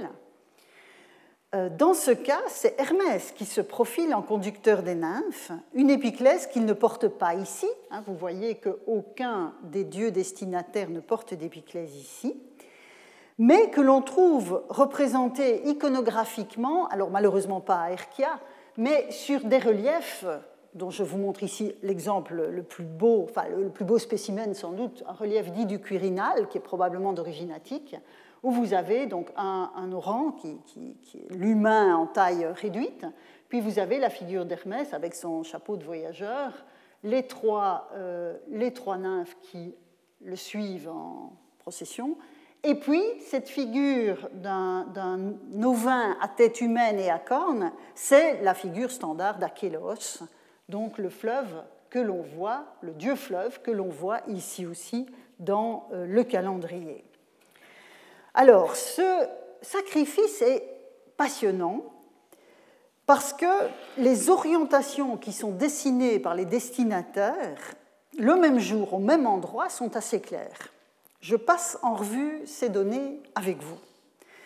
Dans ce cas, c'est Hermès qui se profile en conducteur des nymphes, une épiclèse qu'il ne porte pas ici. Vous voyez qu'aucun des dieux destinataires ne porte d'épiclèse ici, mais que l'on trouve représentée iconographiquement, alors malheureusement pas à Herkia, mais sur des reliefs dont je vous montre ici l'exemple le plus beau, enfin le plus beau spécimen sans doute, un relief dit du Quirinal, qui est probablement d'origine attique, où vous avez donc un, un orang qui, qui, qui est l'humain en taille réduite, puis vous avez la figure d'Hermès avec son chapeau de voyageur, les trois, euh, les trois nymphes qui le suivent en procession, et puis cette figure d'un, d'un ovin à tête humaine et à cornes, c'est la figure standard d'Achéloos, donc le fleuve que l'on voit, le dieu fleuve que l'on voit ici aussi dans euh, le calendrier. Alors, ce sacrifice est passionnant parce que les orientations qui sont dessinées par les destinataires, le même jour, au même endroit, sont assez claires. Je passe en revue ces données avec vous.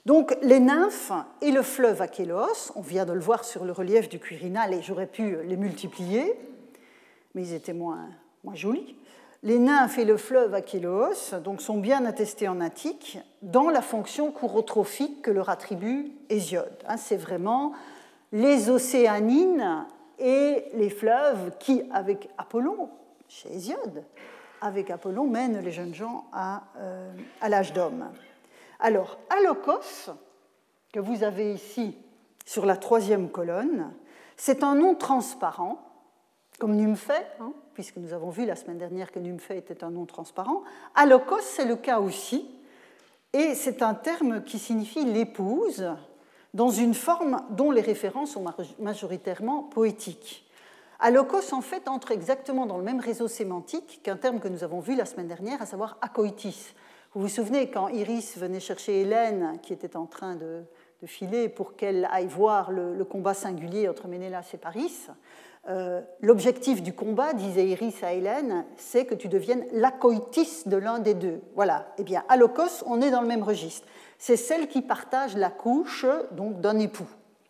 Donc les nymphes et le fleuve Achéloos, on vient de le voir sur le relief du Quirinal et j'aurais pu les multiplier, mais ils étaient moins, moins jolis. Les nymphes et le fleuve Achéloos donc, sont bien attestés en Attique dans la fonction chourotrophique que leur attribue Hésiode. C'est vraiment les océanines et les fleuves qui, avec Apollon, chez Hésiode, avec Apollon, mènent les jeunes gens à, euh, à l'âge d'homme. Alors, Alokos, que vous avez ici sur la troisième colonne, c'est un nom transparent, comme Numphée, hein, puisque nous avons vu la semaine dernière que Numphée était un nom transparent. Alokos, c'est le cas aussi, et c'est un terme qui signifie l'épouse, dans une forme dont les références sont majoritairement poétiques. Alokos, en fait, entre exactement dans le même réseau sémantique qu'un terme que nous avons vu la semaine dernière, à savoir akoitis. Vous vous souvenez, quand Iris venait chercher Hélène, qui était en train de, de filer pour qu'elle aille voir le, le combat singulier entre Ménélas et Paris, euh, l'objectif du combat, disait Iris à Hélène, c'est que tu deviennes l'akoitis de l'un des deux. Voilà. Eh bien, Alokos, on est dans le même registre. C'est celle qui partage la couche donc, d'un époux.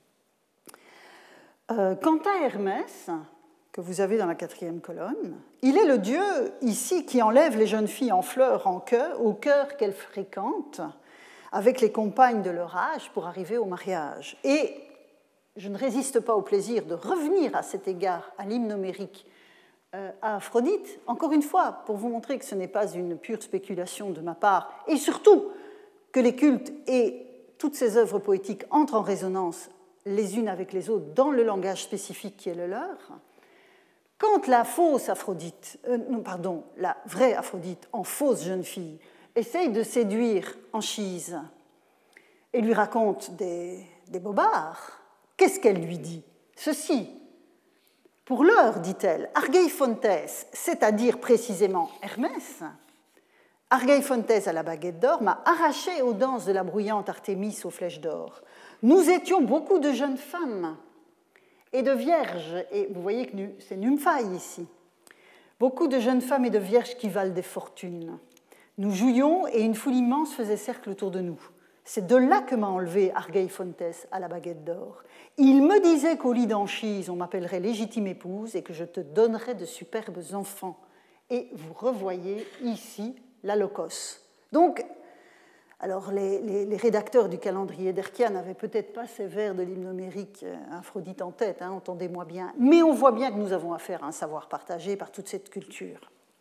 Euh, quant à Hermès, que vous avez dans la quatrième colonne, il est le dieu ici qui enlève les jeunes filles en fleurs en cœur, au cœur qu'elles fréquentent avec les compagnes de leur âge pour arriver au mariage. Et je ne résiste pas au plaisir de revenir à cet égard à l'hymne homérique euh, à Aphrodite, encore une fois, pour vous montrer que ce n'est pas une pure spéculation de ma part, et surtout que les cultes et toutes ces œuvres poétiques entrent en résonance les unes avec les autres dans le langage spécifique qui est le leur. Quand la fausse Aphrodite, euh, non, pardon, la vraie Aphrodite en fausse jeune fille essaye de séduire Anchise et lui raconte des, des bobards, qu'est-ce qu'elle lui dit? Ceci, pour l'heure, dit-elle, Argeiphontes, c'est-à-dire précisément Hermès, Argeiphontes à la baguette d'or m'a arraché aux danses de la bruyante Artémis aux flèches d'or. Nous étions beaucoup de jeunes femmes et de vierges, et vous voyez que c'est Numphaï ici, beaucoup de jeunes femmes et de vierges qui valent des fortunes. Nous jouions et une foule immense faisait cercle autour de nous. C'est de là que m'a enlevé Argeiphontes à la baguette d'or. Il me disait qu'au lit d'Anchise, on m'appellerait légitime épouse et que je te donnerais de superbes enfants. Et vous revoyez ici l'Alokos. Donc, alors les, les, les rédacteurs du calendrier d'Herkia n'avaient peut-être pas ces vers de l'hymne homérique Aphrodite en tête, hein, entendez-moi bien, mais on voit bien que nous avons affaire à un savoir partagé par toute cette culture.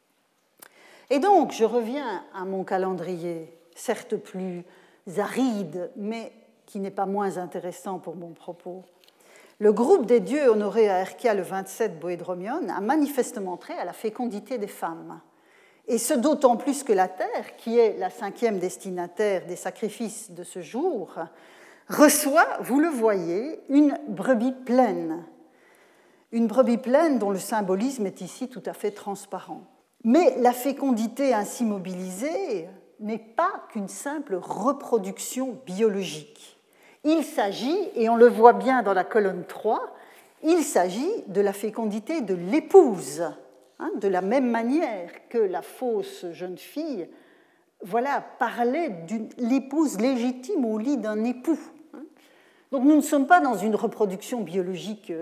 Et donc, je reviens à mon calendrier, certes plus aride, mais qui n'est pas moins intéressant pour mon propos. Le groupe des dieux honorés à Herkia le vingt-sept Boédromion a manifestement trait à la fécondité des femmes. Et ce d'autant plus que la Terre, qui est la cinquième destinataire des sacrifices de ce jour, reçoit, vous le voyez, une brebis pleine. Une brebis pleine dont le symbolisme est ici tout à fait transparent. Mais la fécondité ainsi mobilisée n'est pas qu'une simple reproduction biologique. Il s'agit, et on le voit bien dans la colonne trois, il s'agit de la fécondité de l'épouse. Hein, de la même manière que la fausse jeune fille, voilà, parlait de l'épouse légitime au lit d'un époux. Donc nous ne sommes pas dans une reproduction biologique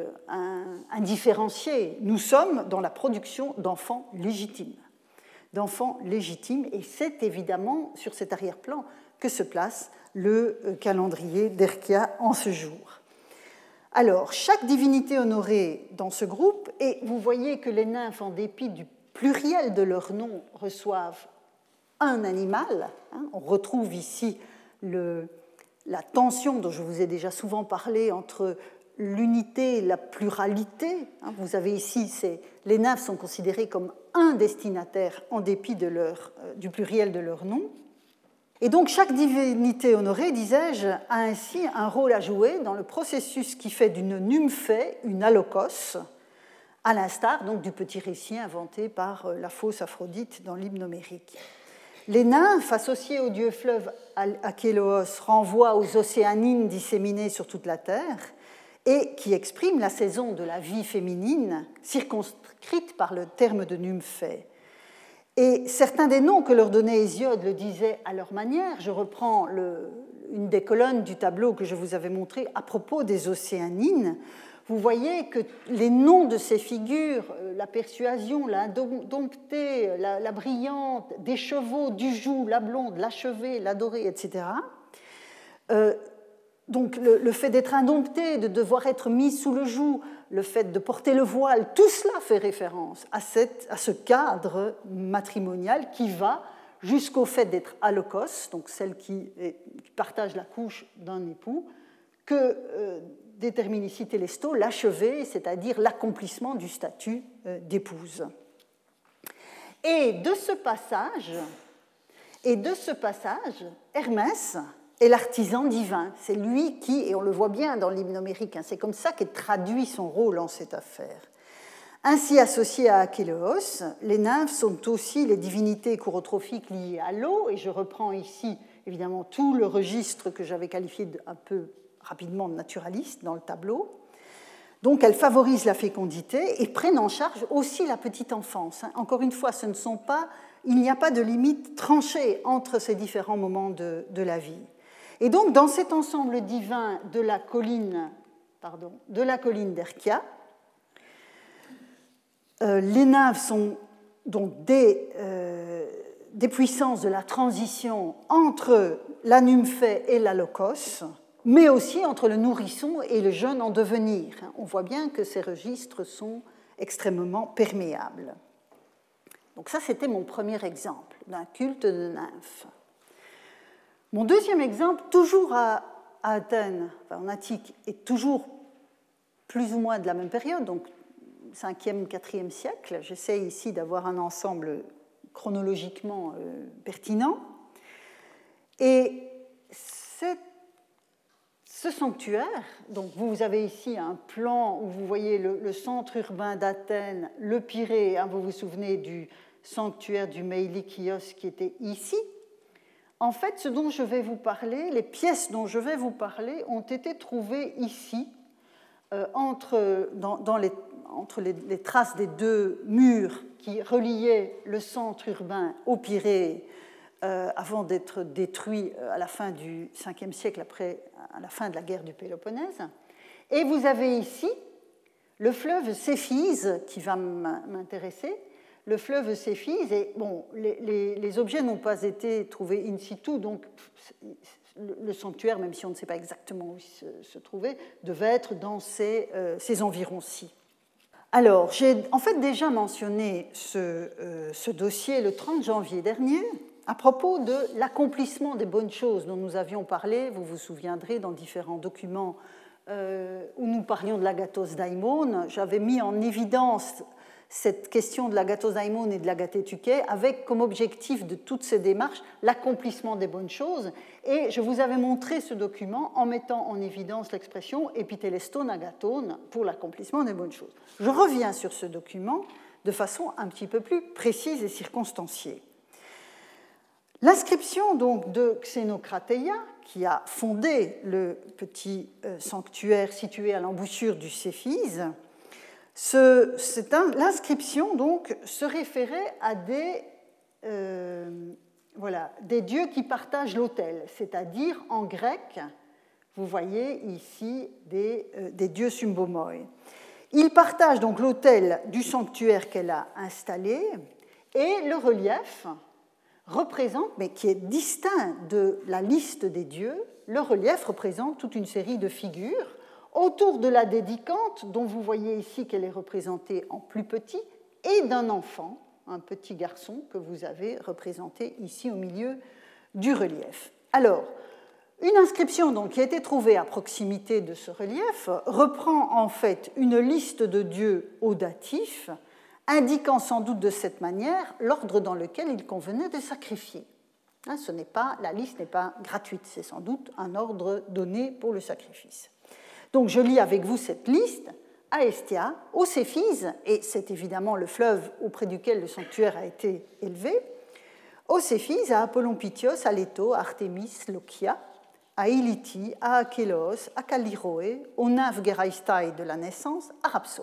indifférenciée, nous sommes dans la production d'enfants légitimes. D'enfants légitimes, et c'est évidemment sur cet arrière-plan que se place le calendrier d'Herkia en ce jour. Alors, chaque divinité honorée dans ce groupe, et vous voyez que les nymphes, en dépit du pluriel de leur nom, reçoivent un animal. Hein, on retrouve ici le, la tension dont je vous ai déjà souvent parlé entre l'unité et la pluralité. Hein, vous avez ici, c'est, les nymphes sont considérées comme un destinataire en dépit de leur, euh, du pluriel de leur nom. Et donc chaque divinité honorée, disais-je, a ainsi un rôle à jouer dans le processus qui fait d'une nymphée une alokos, à l'instar donc du petit récit inventé par la fausse Aphrodite dans l'hymne homérique. Les nymphes, associées au dieu fleuve Achéloos, renvoient aux océanines disséminées sur toute la terre et qui expriment la saison de la vie féminine, circonscrite par le terme de nymphée. Et certains des noms que leur donnait Hésiode le disaient à leur manière. Je reprends le, une des colonnes du tableau que je vous avais montré à propos des Océanines, vous voyez que les noms de ces figures, la persuasion, l'indomptée, la, la brillante, des chevaux, du joug, la blonde, l'achevée, l'adorée, et cetera. Euh, donc le, le fait d'être indompté, de devoir être mis sous le joug, le fait de porter le voile, tout cela fait référence à, cette, à ce cadre matrimonial qui va jusqu'au fait d'être alokos, donc celle qui, est, qui partage la couche d'un époux, que euh, détermine ici Télésto, l'achevé, c'est-à-dire l'accomplissement du statut euh, d'épouse. Et de ce passage, et de ce passage, Hermès est l'artisan divin. C'est lui qui, et on le voit bien dans l'hymne homérique, hein, c'est comme ça qu'est traduit son rôle en cette affaire. Ainsi associés à Achéléos, les nymphes sont aussi les divinités chorotrophiques liées à l'eau, et je reprends ici évidemment tout le registre que j'avais qualifié un peu rapidement de naturaliste dans le tableau. Donc elles favorisent la fécondité et prennent en charge aussi la petite enfance. Encore une fois, ce ne sont pas, il n'y a pas de limite tranchée entre ces différents moments de, de la vie. Et donc dans cet ensemble divin de la colline, pardon, de la colline d'Erkia, euh, les nymphes sont donc des, euh, des puissances de la transition entre la nymphée et la locos, mais aussi entre le nourrisson et le jeune en devenir. On voit bien que ces registres sont extrêmement perméables. Donc ça, c'était mon premier exemple d'un culte de nymphes. Mon deuxième exemple, toujours à, à Athènes, enfin en Attique, est toujours plus ou moins de la même période, donc cinquième, quatrième siècle. J'essaie ici d'avoir un ensemble chronologiquement euh, pertinent. Et cette Ce sanctuaire, donc vous avez ici un plan où vous voyez le, le centre urbain d'Athènes, le Pirée, hein, vous vous souvenez du sanctuaire du Meilikios qui était ici. En fait, ce dont je vais vous parler, les pièces dont je vais vous parler ont été trouvées ici, euh, entre, dans, dans les, entre les, les traces des deux murs qui reliaient le centre urbain au Pirée, Euh, avant d'être détruit à la fin du cinquième siècle, après, à la fin de la guerre du Péloponnèse. Et vous avez ici le fleuve Céphise qui va m'intéresser. Le fleuve Céphise, et bon, les, les, les objets n'ont pas été trouvés in situ, donc le, le sanctuaire, même si on ne sait pas exactement où il se, se trouvait, devait être dans ces, euh, ces environs-ci. Alors, j'ai en fait déjà mentionné ce, euh, ce dossier le trente janvier dernier, à propos de l'accomplissement des bonnes choses dont nous avions parlé, vous vous souviendrez, dans différents documents euh, où nous parlions de l'agathos daimon, j'avais mis en évidence cette question de l'agathos daimon et de l'agathétuké avec comme objectif de toutes ces démarches l'accomplissement des bonnes choses. Et je vous avais montré ce document en mettant en évidence l'expression épitéleston agathon pour l'accomplissement des bonnes choses. Je reviens sur ce document de façon un petit peu plus précise et circonstanciée. L'inscription donc de Xénocrateia, qui a fondé le petit sanctuaire situé à l'embouchure du Céphise, ce, un, l'inscription donc se référait à des, euh, voilà, des dieux qui partagent l'autel, c'est-à-dire en grec, vous voyez ici des, euh, des dieux symbomoi. Ils partagent donc l'autel du sanctuaire qu'elle a installé et le relief représente, mais qui est distinct de la liste des dieux, le relief représente toute une série de figures autour de la dédicante, dont vous voyez ici qu'elle est représentée en plus petit, et d'un enfant, un petit garçon que vous avez représenté ici au milieu du relief. Alors, une inscription donc, qui a été trouvée à proximité de ce relief reprend en fait une liste de dieux au datif, indiquant sans doute de cette manière l'ordre dans lequel il convenait de sacrifier. Hein, ce n'est pas, la liste n'est pas gratuite, c'est sans doute un ordre donné pour le sacrifice. Donc je lis avec vous cette liste à Estia, au Céphise, et c'est évidemment le fleuve auprès duquel le sanctuaire a été élevé, au Céphise, à Apollon Pythios, à Leto, à Artémis, Lochia, à Iliti, à Achélos, à Calliroé, au nymphes Geraistai de la naissance, à Rhapso.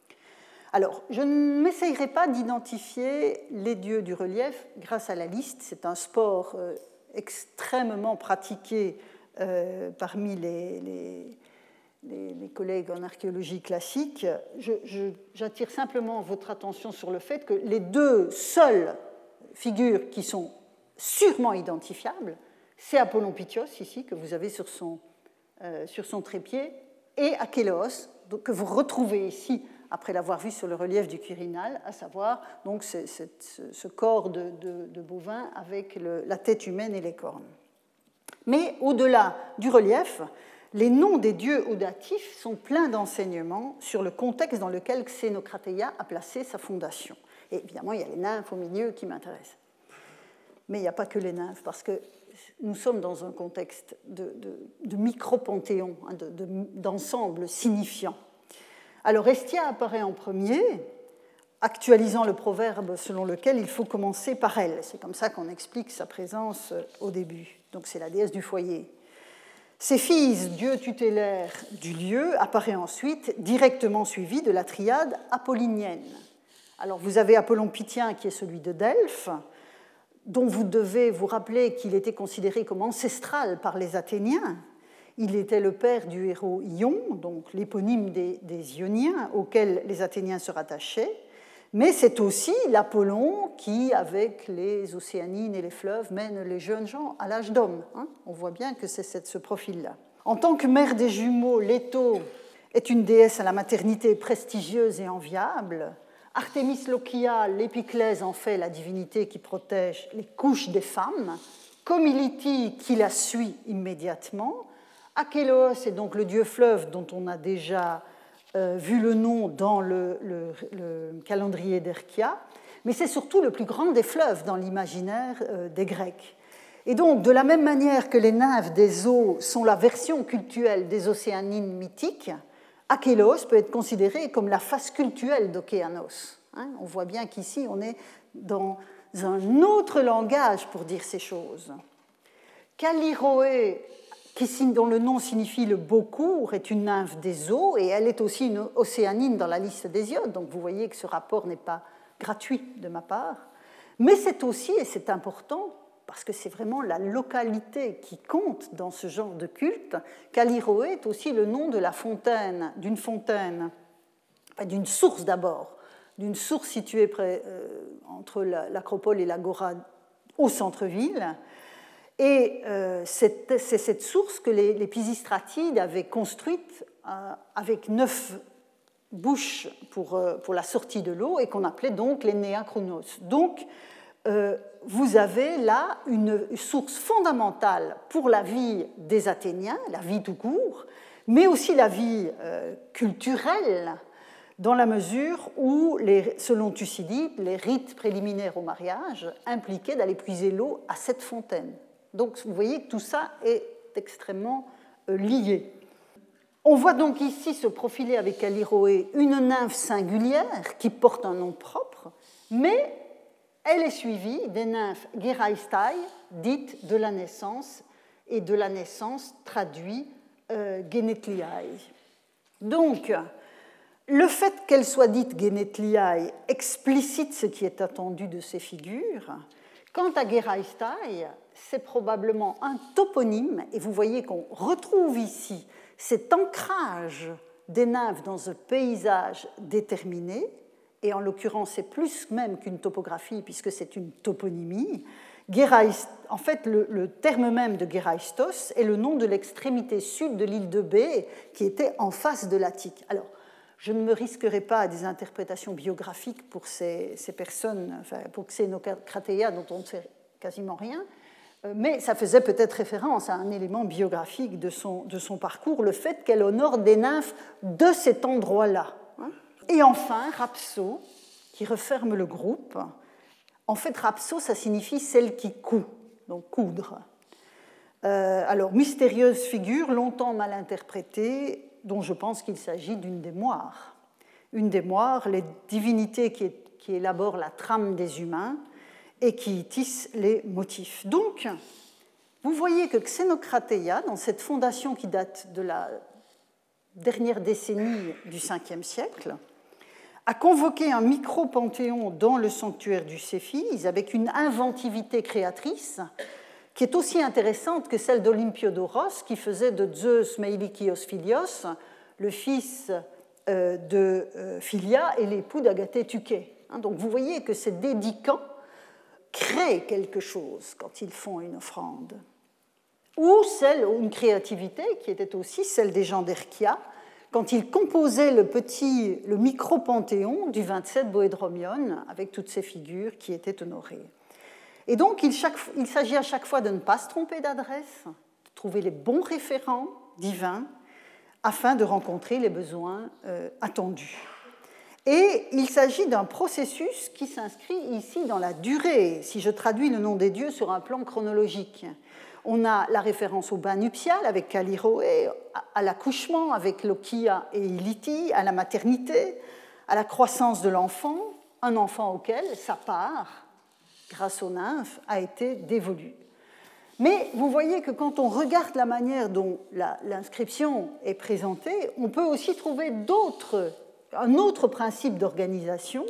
Alors, je ne m'essayerai pas d'identifier les dieux du relief grâce à la liste. C'est un sport euh, extrêmement pratiqué euh, parmi les, les, les, les collègues en archéologie classique, je, je, j'attire simplement votre attention sur le fait que les deux seules figures qui sont sûrement identifiables, c'est Apollon Pythios, ici, que vous avez sur son, euh, sur son trépied, et Achéléos, donc, que vous retrouvez ici après l'avoir vu sur le relief du Quirinal, à savoir donc, ce, ce, ce corps de, de, de bovin avec le, la tête humaine et les cornes. Mais au-delà du relief, les noms des dieux audatifs sont pleins d'enseignements sur le contexte dans lequel Xenocrateia a placé sa fondation. Et évidemment, il y a les nymphes au milieu qui m'intéressent. Mais il n'y a pas que les nymphes, parce que nous sommes dans un contexte de, de, de micro-panthéon, hein, de, de, d'ensemble signifiant. Alors, Hestia apparaît en premier, actualisant le proverbe selon lequel il faut commencer par elle. C'est comme ça qu'on explique sa présence au début. Donc, c'est la déesse du foyer. Céphise, dieu tutélaire du lieu, apparaît ensuite, directement suivi de la triade apollinienne. Alors, vous avez Apollon Pythien, qui est celui de Delphes, dont vous devez vous rappeler qu'il était considéré comme ancestral par les Athéniens. Il était le père du héros Ion, donc l'éponyme des, des Ioniens, auquel les Athéniens se rattachaient, mais c'est aussi l'Apollon qui, avec les Océanines et les fleuves, mène les jeunes gens à l'âge d'homme. Hein, on voit bien que c'est ce profil-là. En tant que mère des jumeaux, Leto est une déesse à la maternité prestigieuse et enviable. Artémis Lochia, l'épiclèse, en fait la divinité qui protège les couches des femmes. Comility, qui la suit immédiatement. Achéléos est donc le dieu fleuve dont on a déjà euh, vu le nom dans le, le, le calendrier d'Herkia, mais c'est surtout le plus grand des fleuves dans l'imaginaire euh, des Grecs. Et donc, de la même manière que les nymphes des eaux sont la version cultuelle des Océanines mythiques, Achéléos peut être considéré comme la face cultuelle d'Océanos. Hein, on voit bien qu'ici, on est dans un autre langage pour dire ces choses. Callirhoé, dont le nom signifie le beau cours, est une nymphe des eaux et elle est aussi une océanine dans la liste d'Hésiode. Donc vous voyez que ce rapport n'est pas gratuit de ma part. Mais c'est aussi, et c'est important, parce que c'est vraiment la localité qui compte dans ce genre de culte, Callirhoé est aussi le nom de la fontaine, d'une fontaine, enfin, d'une source d'abord, d'une source située près, euh, entre l'acropole et l'agora au centre-ville. Et euh, c'est cette source que les, les Pisistratides avaient construite euh, avec neuf bouches pour, euh, pour la sortie de l'eau et qu'on appelait donc les Néachronos. Donc, euh, vous avez là une source fondamentale pour la vie des Athéniens, la vie tout court, mais aussi la vie euh, culturelle, dans la mesure où, les, selon Thucydide, les rites préliminaires au mariage impliquaient d'aller puiser l'eau à cette fontaine. Donc, vous voyez que tout ça est extrêmement euh, lié. On voit donc ici se profiler avec Callirhoé une nymphe singulière qui porte un nom propre, mais elle est suivie des nymphes Geraistai, dites de la naissance, et de la naissance traduit euh, Genethliae. Donc, le fait qu'elle soit dite Genethliae explicite ce qui est attendu de ces figures. Quant à Geraistai, c'est probablement un toponyme, et vous voyez qu'on retrouve ici cet ancrage des nymphes dans un paysage déterminé, et en l'occurrence c'est plus même qu'une topographie puisque c'est une toponymie. Geraist, en fait, le, le terme même de Geraistos est le nom de l'extrémité sud de l'île de Bé, qui était en face de l'Attique. Alors, je ne me risquerai pas à des interprétations biographiques pour ces, ces personnes, enfin, pour Xenocrateia dont on ne sait quasiment rien, mais ça faisait peut-être référence à un élément biographique de son, de son parcours, le fait qu'elle honore des nymphes de cet endroit-là. Et enfin, Rhapso, qui referme le groupe. En fait, Rhapso, ça signifie celle qui coud, donc coudre. Euh, alors, mystérieuse figure, longtemps mal interprétée, dont je pense qu'il s'agit d'une des moires. Une des moires, les divinités qui, est, qui élaborent la trame des humains et qui tissent les motifs. Donc, vous voyez que Xenocrateia, dans cette fondation qui date de la dernière décennie du cinquième siècle, a convoqué un micro-panthéon dans le sanctuaire du Céphise avec une inventivité créatrice qui est aussi intéressante que celle d'Olympiodoros, qui faisait de Zeus Meilikios Philios le fils euh, de euh, Philia et l'époux d'Agathée Tuké. Hein, donc vous voyez que ces dédicants créent quelque chose quand ils font une offrande. Ou celle, une créativité qui était aussi celle des gens d'Erchia, quand ils composaient le petit, le micro-panthéon du vingt-sept Boédromion, avec toutes ces figures qui étaient honorées. Et donc, il, chaque, il s'agit à chaque fois de ne pas se tromper d'adresse, de trouver les bons référents divins, afin de rencontrer les besoins euh, attendus. Et il s'agit d'un processus qui s'inscrit ici dans la durée, si je traduis le nom des dieux sur un plan chronologique. On a la référence au bain nuptial avec Callirhoé, à l'accouchement avec Lokia et Iliti, à la maternité, à la croissance de l'enfant, un enfant auquel sa part, grâce aux nymphes, a été dévolue. Mais vous voyez que quand on regarde la manière dont la, l'inscription est présentée, on peut aussi trouver d'autres, un autre principe d'organisation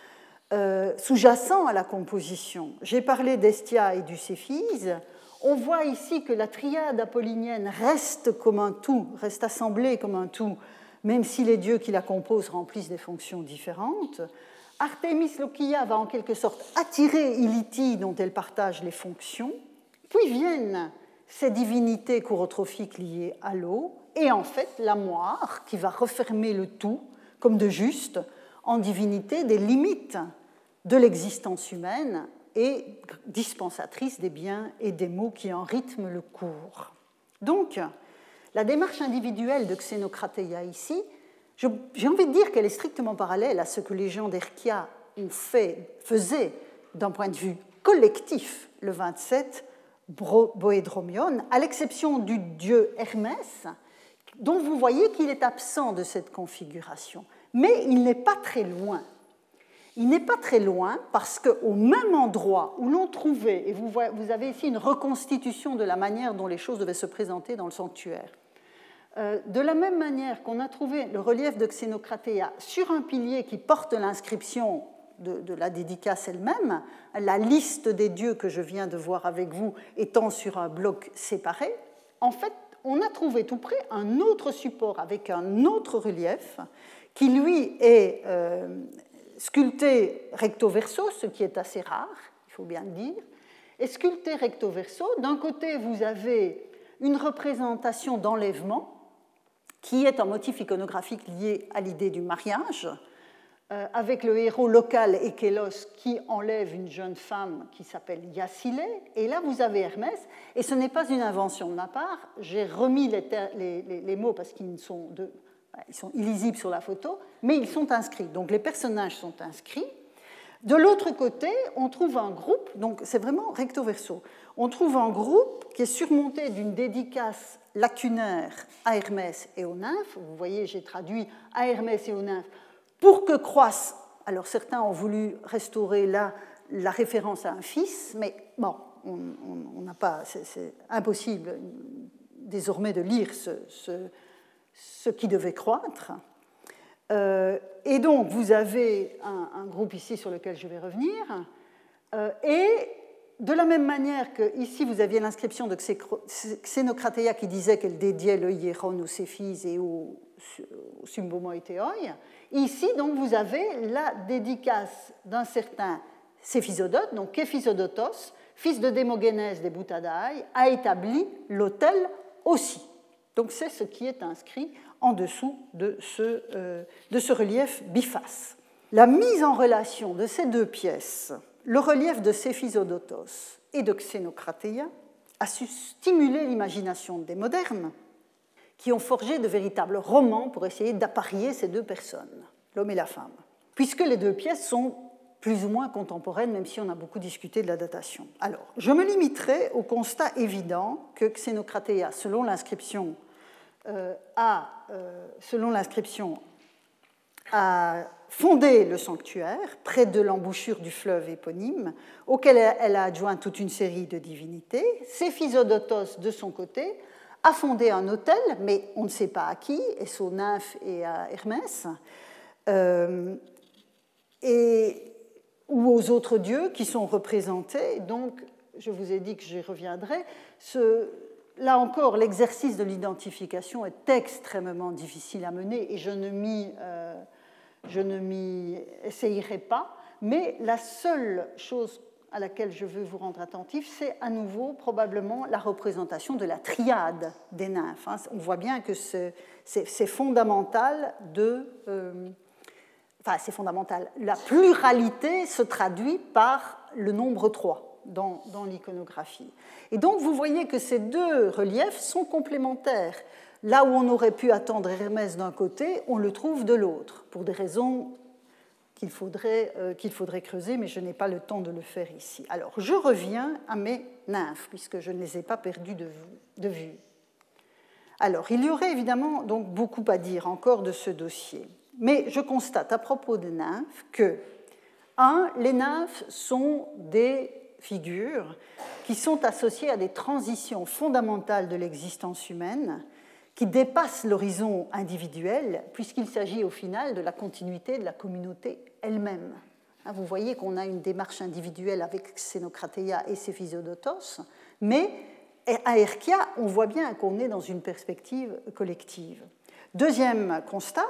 euh, sous-jacent à la composition. J'ai parlé d'Hestia et du Céphise. On voit ici que la triade apollinienne reste comme un tout, reste assemblée comme un tout, même si les dieux qui la composent remplissent des fonctions différentes. Artémis Lokia va en quelque sorte attirer Iliti, dont elle partage les fonctions. Puis viennent ces divinités chorétrophiques liées à l'eau, et en fait la moire qui va refermer le tout, comme de juste, en divinité des limites de l'existence humaine et dispensatrice des biens et des maux qui en rythment le cours. Donc, la démarche individuelle de Xénocrateia ici, je, j'ai envie de dire qu'elle est strictement parallèle à ce que les gens d'Erchia ont fait, faisaient d'un point de vue collectif le vingt-sept Boédromion, à l'exception du dieu Hermès, dont vous voyez qu'il est absent de cette configuration. Mais il n'est pas très loin. Il n'est pas très loin parce qu'au même endroit où l'on trouvait, et vous, voyez, vous avez ici une reconstitution de la manière dont les choses devaient se présenter dans le sanctuaire, euh, de la même manière qu'on a trouvé le relief de Xénocrateia sur un pilier qui porte l'inscription de, de la dédicace elle-même, la liste des dieux que je viens de voir avec vous étant sur un bloc séparé, en fait, on a trouvé tout près un autre support avec un autre relief qui, lui, est euh, sculpté recto verso, ce qui est assez rare, il faut bien le dire. Et sculpté recto verso, d'un côté, vous avez une représentation d'enlèvement, qui est un motif iconographique lié à l'idée du mariage, euh, avec le héros local Échélos qui enlève une jeune femme qui s'appelle Yacylée. Et là, vous avez Hermès, et ce n'est pas une invention de ma part, j'ai remis les, ter- les, les, les mots parce qu'ils sont, de, ils sont illisibles sur la photo, mais ils sont inscrits. Donc les personnages sont inscrits. De l'autre côté, on trouve un groupe, donc c'est vraiment recto verso, on trouve un groupe qui est surmonté d'une dédicace lacunaire à Hermès et aux nymphes. Vous voyez, j'ai traduit à Hermès et aux nymphes pour que croisse. Alors certains ont voulu restaurer là la référence à un fils, mais bon, on n'a pas, c'est, c'est impossible désormais de lire ce, ce, ce qui devait croître. Euh, et donc, vous avez un, un groupe ici sur lequel je vais revenir. Euh, et de la même manière que ici, vous aviez l'inscription de Xénocrateia qui disait qu'elle dédiait le hieron aux Céphis et au, au Symbomoitheoi. Ici, donc, vous avez la dédicace d'un certain Céphisodote, donc Képhisodotos, fils de Démogénès des Boutadaï, a établi l'autel aussi. Donc, c'est ce qui est inscrit en dessous de ce, euh, de ce relief biface. La mise en relation de ces deux pièces, le relief de Céphisodotos et de Xénocrateia, a su stimuler l'imagination des modernes qui ont forgé de véritables romans pour essayer d'apparier ces deux personnes, l'homme et la femme, puisque les deux pièces sont plus ou moins contemporaines, même si on a beaucoup discuté de la datation. Alors, je me limiterai au constat évident que Xénocrateia, selon l'inscription, Euh, a, euh, selon l'inscription, a fondé le sanctuaire près de l'embouchure du fleuve éponyme, auquel elle a adjoint toute une série de divinités. Céphisodotos, de son côté, a fondé un autel, mais on ne sait pas à qui, et aux nymphes et à Hermès, euh, et, ou aux autres dieux qui sont représentés donc je vous ai dit que j'y reviendrai. Ce, là encore, l'exercice de l'identification est extrêmement difficile à mener et je ne m'y, euh, je ne m'y essayerai pas. Mais la seule chose à laquelle je veux vous rendre attentif, c'est à nouveau probablement la représentation de la triade des nymphes. On voit bien que c'est, c'est, c'est fondamental de... Euh, enfin, c'est fondamental. La pluralité se traduit par le nombre trois dans, dans l'iconographie. Et donc, vous voyez que ces deux reliefs sont complémentaires. Là où on aurait pu attendre Hermès d'un côté, on le trouve de l'autre, pour des raisons qu'il faudrait, euh, qu'il faudrait creuser, mais je n'ai pas le temps de le faire ici. Alors, je reviens à mes nymphes, puisque je ne les ai pas perdues de, de vue. Alors, il y aurait évidemment donc beaucoup à dire encore de ce dossier, mais je constate à propos des nymphes que, un, les nymphes sont des figures qui sont associées à des transitions fondamentales de l'existence humaine, qui dépasse l'horizon individuel, puisqu'il s'agit au final de la continuité de la communauté elle-même. Vous voyez qu'on a une démarche individuelle avec Xenocrateia et Cephisodotos, mais à Herkia, on voit bien qu'on est dans une perspective collective. Deuxième constat,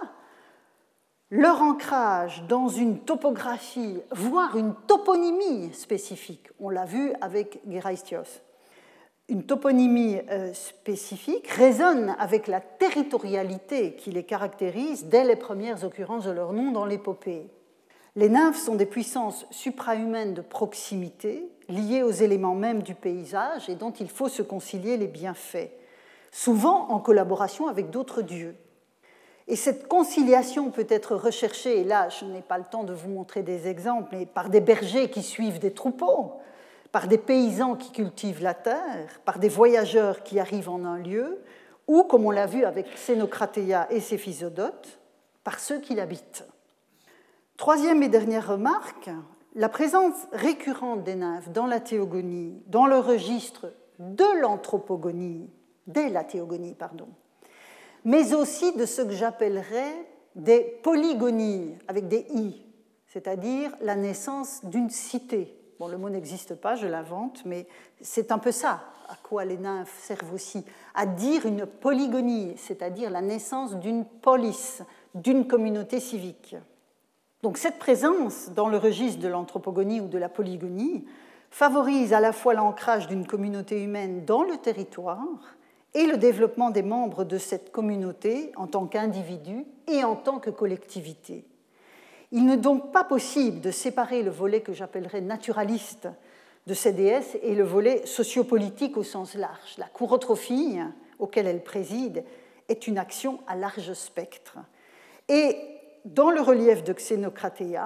leur ancrage dans une topographie, voire une toponymie spécifique, on l'a vu avec Geraestios, une toponymie spécifique résonne avec la territorialité qui les caractérise dès les premières occurrences de leur nom dans l'épopée. Les nymphes sont des puissances suprahumaines de proximité, liées aux éléments mêmes du paysage et dont il faut se concilier les bienfaits, souvent en collaboration avec d'autres dieux. Et cette conciliation peut être recherchée, et là je n'ai pas le temps de vous montrer des exemples, mais par des bergers qui suivent des troupeaux, par des paysans qui cultivent la terre, par des voyageurs qui arrivent en un lieu, ou, comme on l'a vu avec Xenocrateia et Cephisodote, par ceux qui l'habitent. Troisième et dernière remarque, la présence récurrente des nymphes dans la théogonie, dans le registre de l'anthropogonie, dès la théogonie, pardon, mais aussi de ce que j'appellerais des polygonies, avec des i, c'est-à-dire la naissance d'une cité. Bon, le mot n'existe pas, je l'invente, mais c'est un peu ça à quoi les nymphes servent aussi, à dire une polygonie, c'est-à-dire la naissance d'une polis, d'une communauté civique. Donc cette présence dans le registre de l'anthropogonie ou de la polygonie favorise à la fois l'ancrage d'une communauté humaine dans le territoire et le développement des membres de cette communauté en tant qu'individus et en tant que collectivité. Il n'est donc pas possible de séparer le volet que j'appellerais naturaliste de ces déesses et le volet sociopolitique au sens large. La chorotrophie, auquel elle préside, est une action à large spectre. Et dans le relief de Xenocrateia,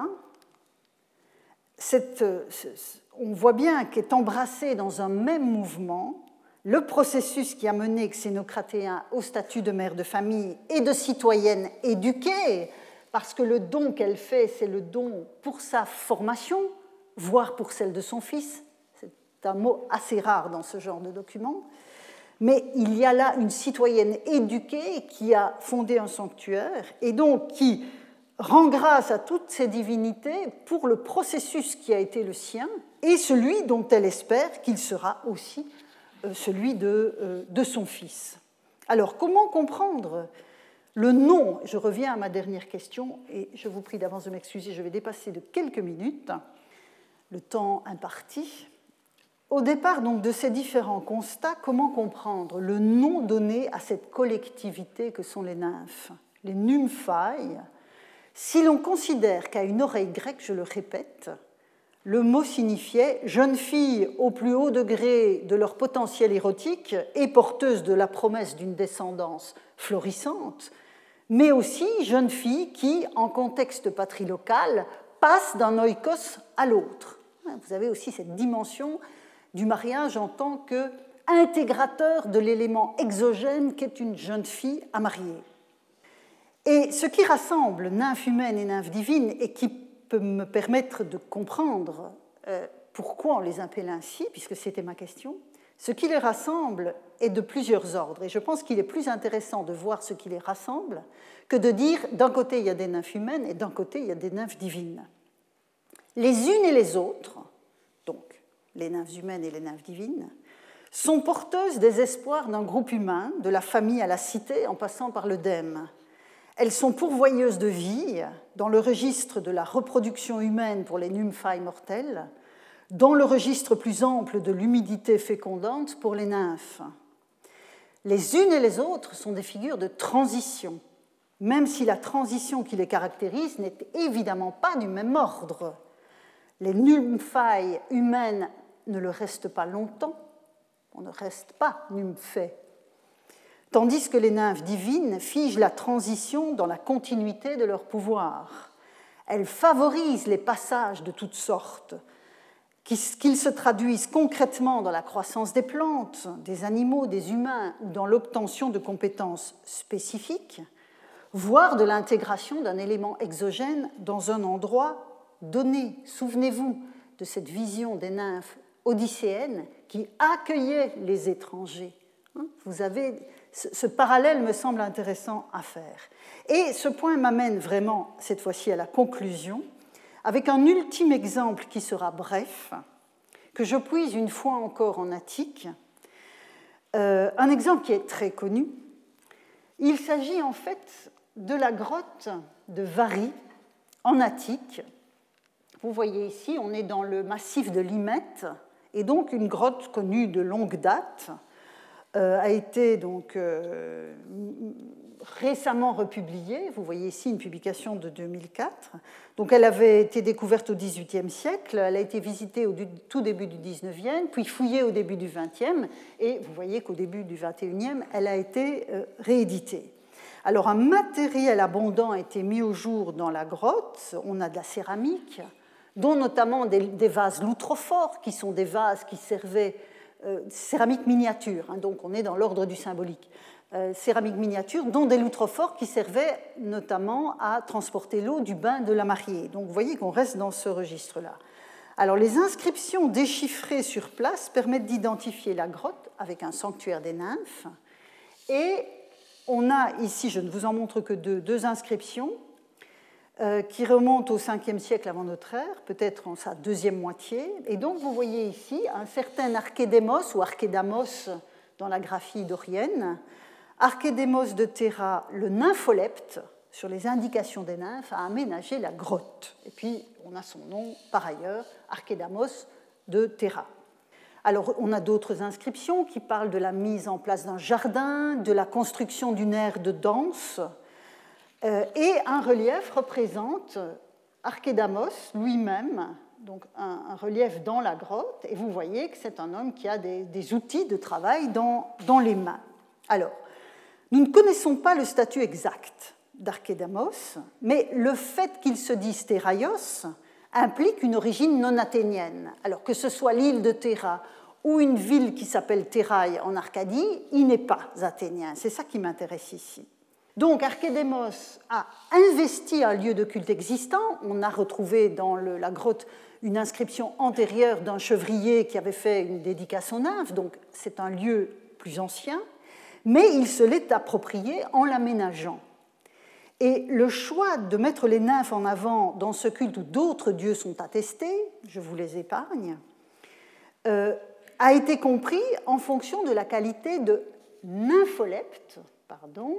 cette, on voit bien qu'est embrassé dans un même mouvement le processus qui a mené Xenocrateia au statut de mère de famille et de citoyenne éduquée, parce que le don qu'elle fait, c'est le don pour sa formation, voire pour celle de son fils. C'est un mot assez rare dans ce genre de document. Mais il y a là une citoyenne éduquée qui a fondé un sanctuaire et donc qui rend grâce à toutes ces divinités pour le processus qui a été le sien et celui dont elle espère qu'il sera aussi celui de, de son fils. Alors, comment comprendre le nom? Je reviens à ma dernière question et je vous prie d'avance de m'excuser, je vais dépasser de quelques minutes le temps imparti. Au départ donc, de ces différents constats, comment comprendre le nom donné à cette collectivité que sont les nymphes, les nymphai? Si l'on considère qu'à une oreille grecque, je le répète, le mot signifiait « jeune fille au plus haut degré de leur potentiel érotique et porteuse de la promesse d'une descendance florissante », mais aussi jeune fille qui, en contexte patrilocal, passe d'un oikos à l'autre. Vous avez aussi cette dimension du mariage en tant qu'intégrateur de l'élément exogène qu'est une jeune fille à marier. Et ce qui rassemble nymphes humaines et nymphes divines, et qui peut me permettre de comprendre euh, pourquoi on les appelle ainsi, puisque c'était ma question, ce qui les rassemble est de plusieurs ordres. Et je pense qu'il est plus intéressant de voir ce qui les rassemble que de dire d'un côté il y a des nymphes humaines et d'un côté il y a des nymphes divines. Les unes et les autres, donc, les nymphes humaines et les nymphes divines, sont porteuses des espoirs d'un groupe humain, de la famille à la cité, en passant par le dème. Elles sont pourvoyeuses de vie dans le registre de la reproduction humaine pour les nymphailles mortelles, dans le registre plus ample de l'humidité fécondante pour les nymphes. Les unes et les autres sont des figures de transition, même si la transition qui les caractérise n'est évidemment pas du même ordre. Les nymphailles humaines ne le restent pas longtemps, on ne reste pas nymphée, tandis que les nymphes divines figent la transition dans la continuité de leur pouvoir. Elles favorisent les passages de toutes sortes, qu'ils se traduisent concrètement dans la croissance des plantes, des animaux, des humains ou dans l'obtention de compétences spécifiques, voire de l'intégration d'un élément exogène dans un endroit donné. Souvenez-vous de cette vision des nymphes odysséennes qui accueillaient les étrangers. Vous avez, ce parallèle me semble intéressant à faire. Et ce point m'amène vraiment, cette fois-ci, à la conclusion, avec un ultime exemple qui sera bref, que je puise une fois encore en Attique, euh, un exemple qui est très connu. Il s'agit en fait de la grotte de Varie, en Attique. Vous voyez ici, on est dans le massif de l'Hymette, et donc une grotte connue de longue date, euh, a été donc euh, récemment republiée. Vous voyez ici une publication de deux mille quatre. Donc elle avait été découverte au dix-huitième siècle, elle a été visitée au tout début du dix-neuvième, puis fouillée au début du vingtième, et vous voyez qu'au début du vingt et unième, elle a été euh, rééditée. Alors un matériel abondant a été mis au jour dans la grotte. On a de la céramique, dont notamment des, des vases loutrophores, qui sont des vases qui servaient, euh, céramique miniature, hein, donc on est dans l'ordre du symbolique, euh, céramique miniature, dont des loutrophores qui servaient notamment à transporter l'eau du bain de la mariée. Donc vous voyez qu'on reste dans ce registre-là. Alors les inscriptions déchiffrées sur place permettent d'identifier la grotte avec un sanctuaire des nymphes, et on a ici, je ne vous en montre que deux, deux inscriptions euh, qui remontent au cinquième siècle avant notre ère, peut-être en sa deuxième moitié. Et donc, vous voyez ici un certain Archédémos ou Archédamos dans la graphie dorienne, Archédémos de Théra, le nympholepte, sur les indications des nymphes, a aménagé la grotte. Et puis, on a son nom, par ailleurs, Archédamos de Théra. Alors, on a d'autres inscriptions qui parlent de la mise en place d'un jardin, de la construction d'une aire de danse, euh, et un relief représente Archédamos lui-même, donc un, un relief dans la grotte, et vous voyez que c'est un homme qui a des, des outils de travail dans, dans les mains. Alors, nous ne connaissons pas le statut exact d'Archédamos, mais le fait qu'il se dise Théraios implique une origine non athénienne. Alors que ce soit l'île de Théra ou une ville qui s'appelle Théraï en Arcadie, il n'est pas athénien. C'est ça qui m'intéresse ici. Donc Archédémos a investi un lieu de culte existant. On a retrouvé dans le, la grotte une inscription antérieure d'un chevrier qui avait fait une dédicace aux nymphes, donc c'est un lieu plus ancien, mais il se l'est approprié en l'aménageant. Et le choix de mettre les nymphes en avant dans ce culte où d'autres dieux sont attestés, je vous les épargne, euh, a été compris en fonction de la qualité de nympholepte, pardon,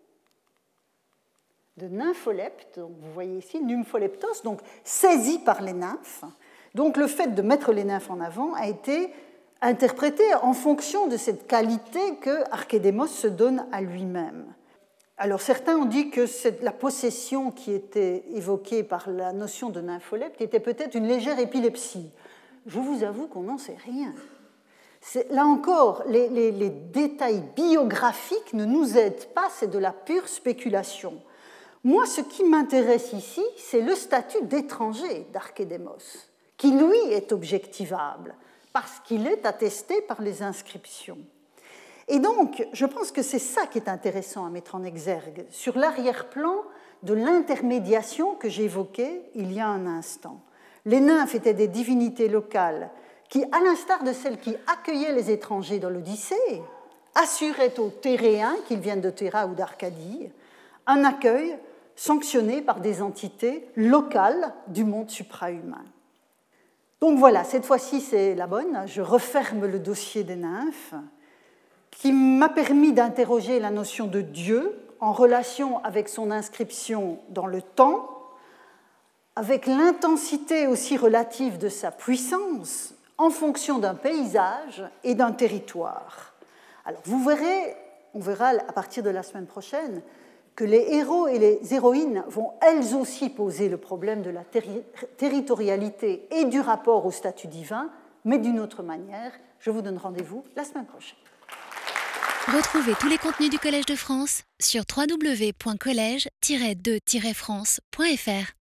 de nympholepte, donc vous voyez ici, nympholeptos, donc saisi par les nymphes. Donc le fait de mettre les nymphes en avant a été interprété en fonction de cette qualité que Archédémos se donne à lui-même. Alors certains ont dit que la possession qui était évoquée par la notion de nympholepte était peut-être une légère épilepsie. Je vous avoue qu'on n'en sait rien. C'est, là encore, les, les, les détails biographiques ne nous aident pas, c'est de la pure spéculation. Moi, ce qui m'intéresse ici, c'est le statut d'étranger d'Archédémos, qui lui est objectivable, parce qu'il est attesté par les inscriptions. Et donc, je pense que c'est ça qui est intéressant à mettre en exergue, sur l'arrière-plan de l'intermédiation que j'évoquais il y a un instant. Les nymphes étaient des divinités locales qui, à l'instar de celles qui accueillaient les étrangers dans l'Odyssée, assuraient aux Théréens, qu'ils viennent de Théra ou d'Arcadie, un accueil sanctionné par des entités locales du monde suprahumain. Donc voilà, cette fois-ci c'est la bonne. Je referme le dossier des nymphes, qui m'a permis d'interroger la notion de Dieu en relation avec son inscription dans le temps, avec l'intensité aussi relative de sa puissance en fonction d'un paysage et d'un territoire. Alors vous verrez, on verra à partir de la semaine prochaine, que les héros et les héroïnes vont elles aussi poser le problème de la terri- territorialité et du rapport au statut divin, mais d'une autre manière. Je vous donne rendez-vous la semaine prochaine. Retrouvez tous les contenus du Collège de France sur w w w point collège tiret de tiret france point f r.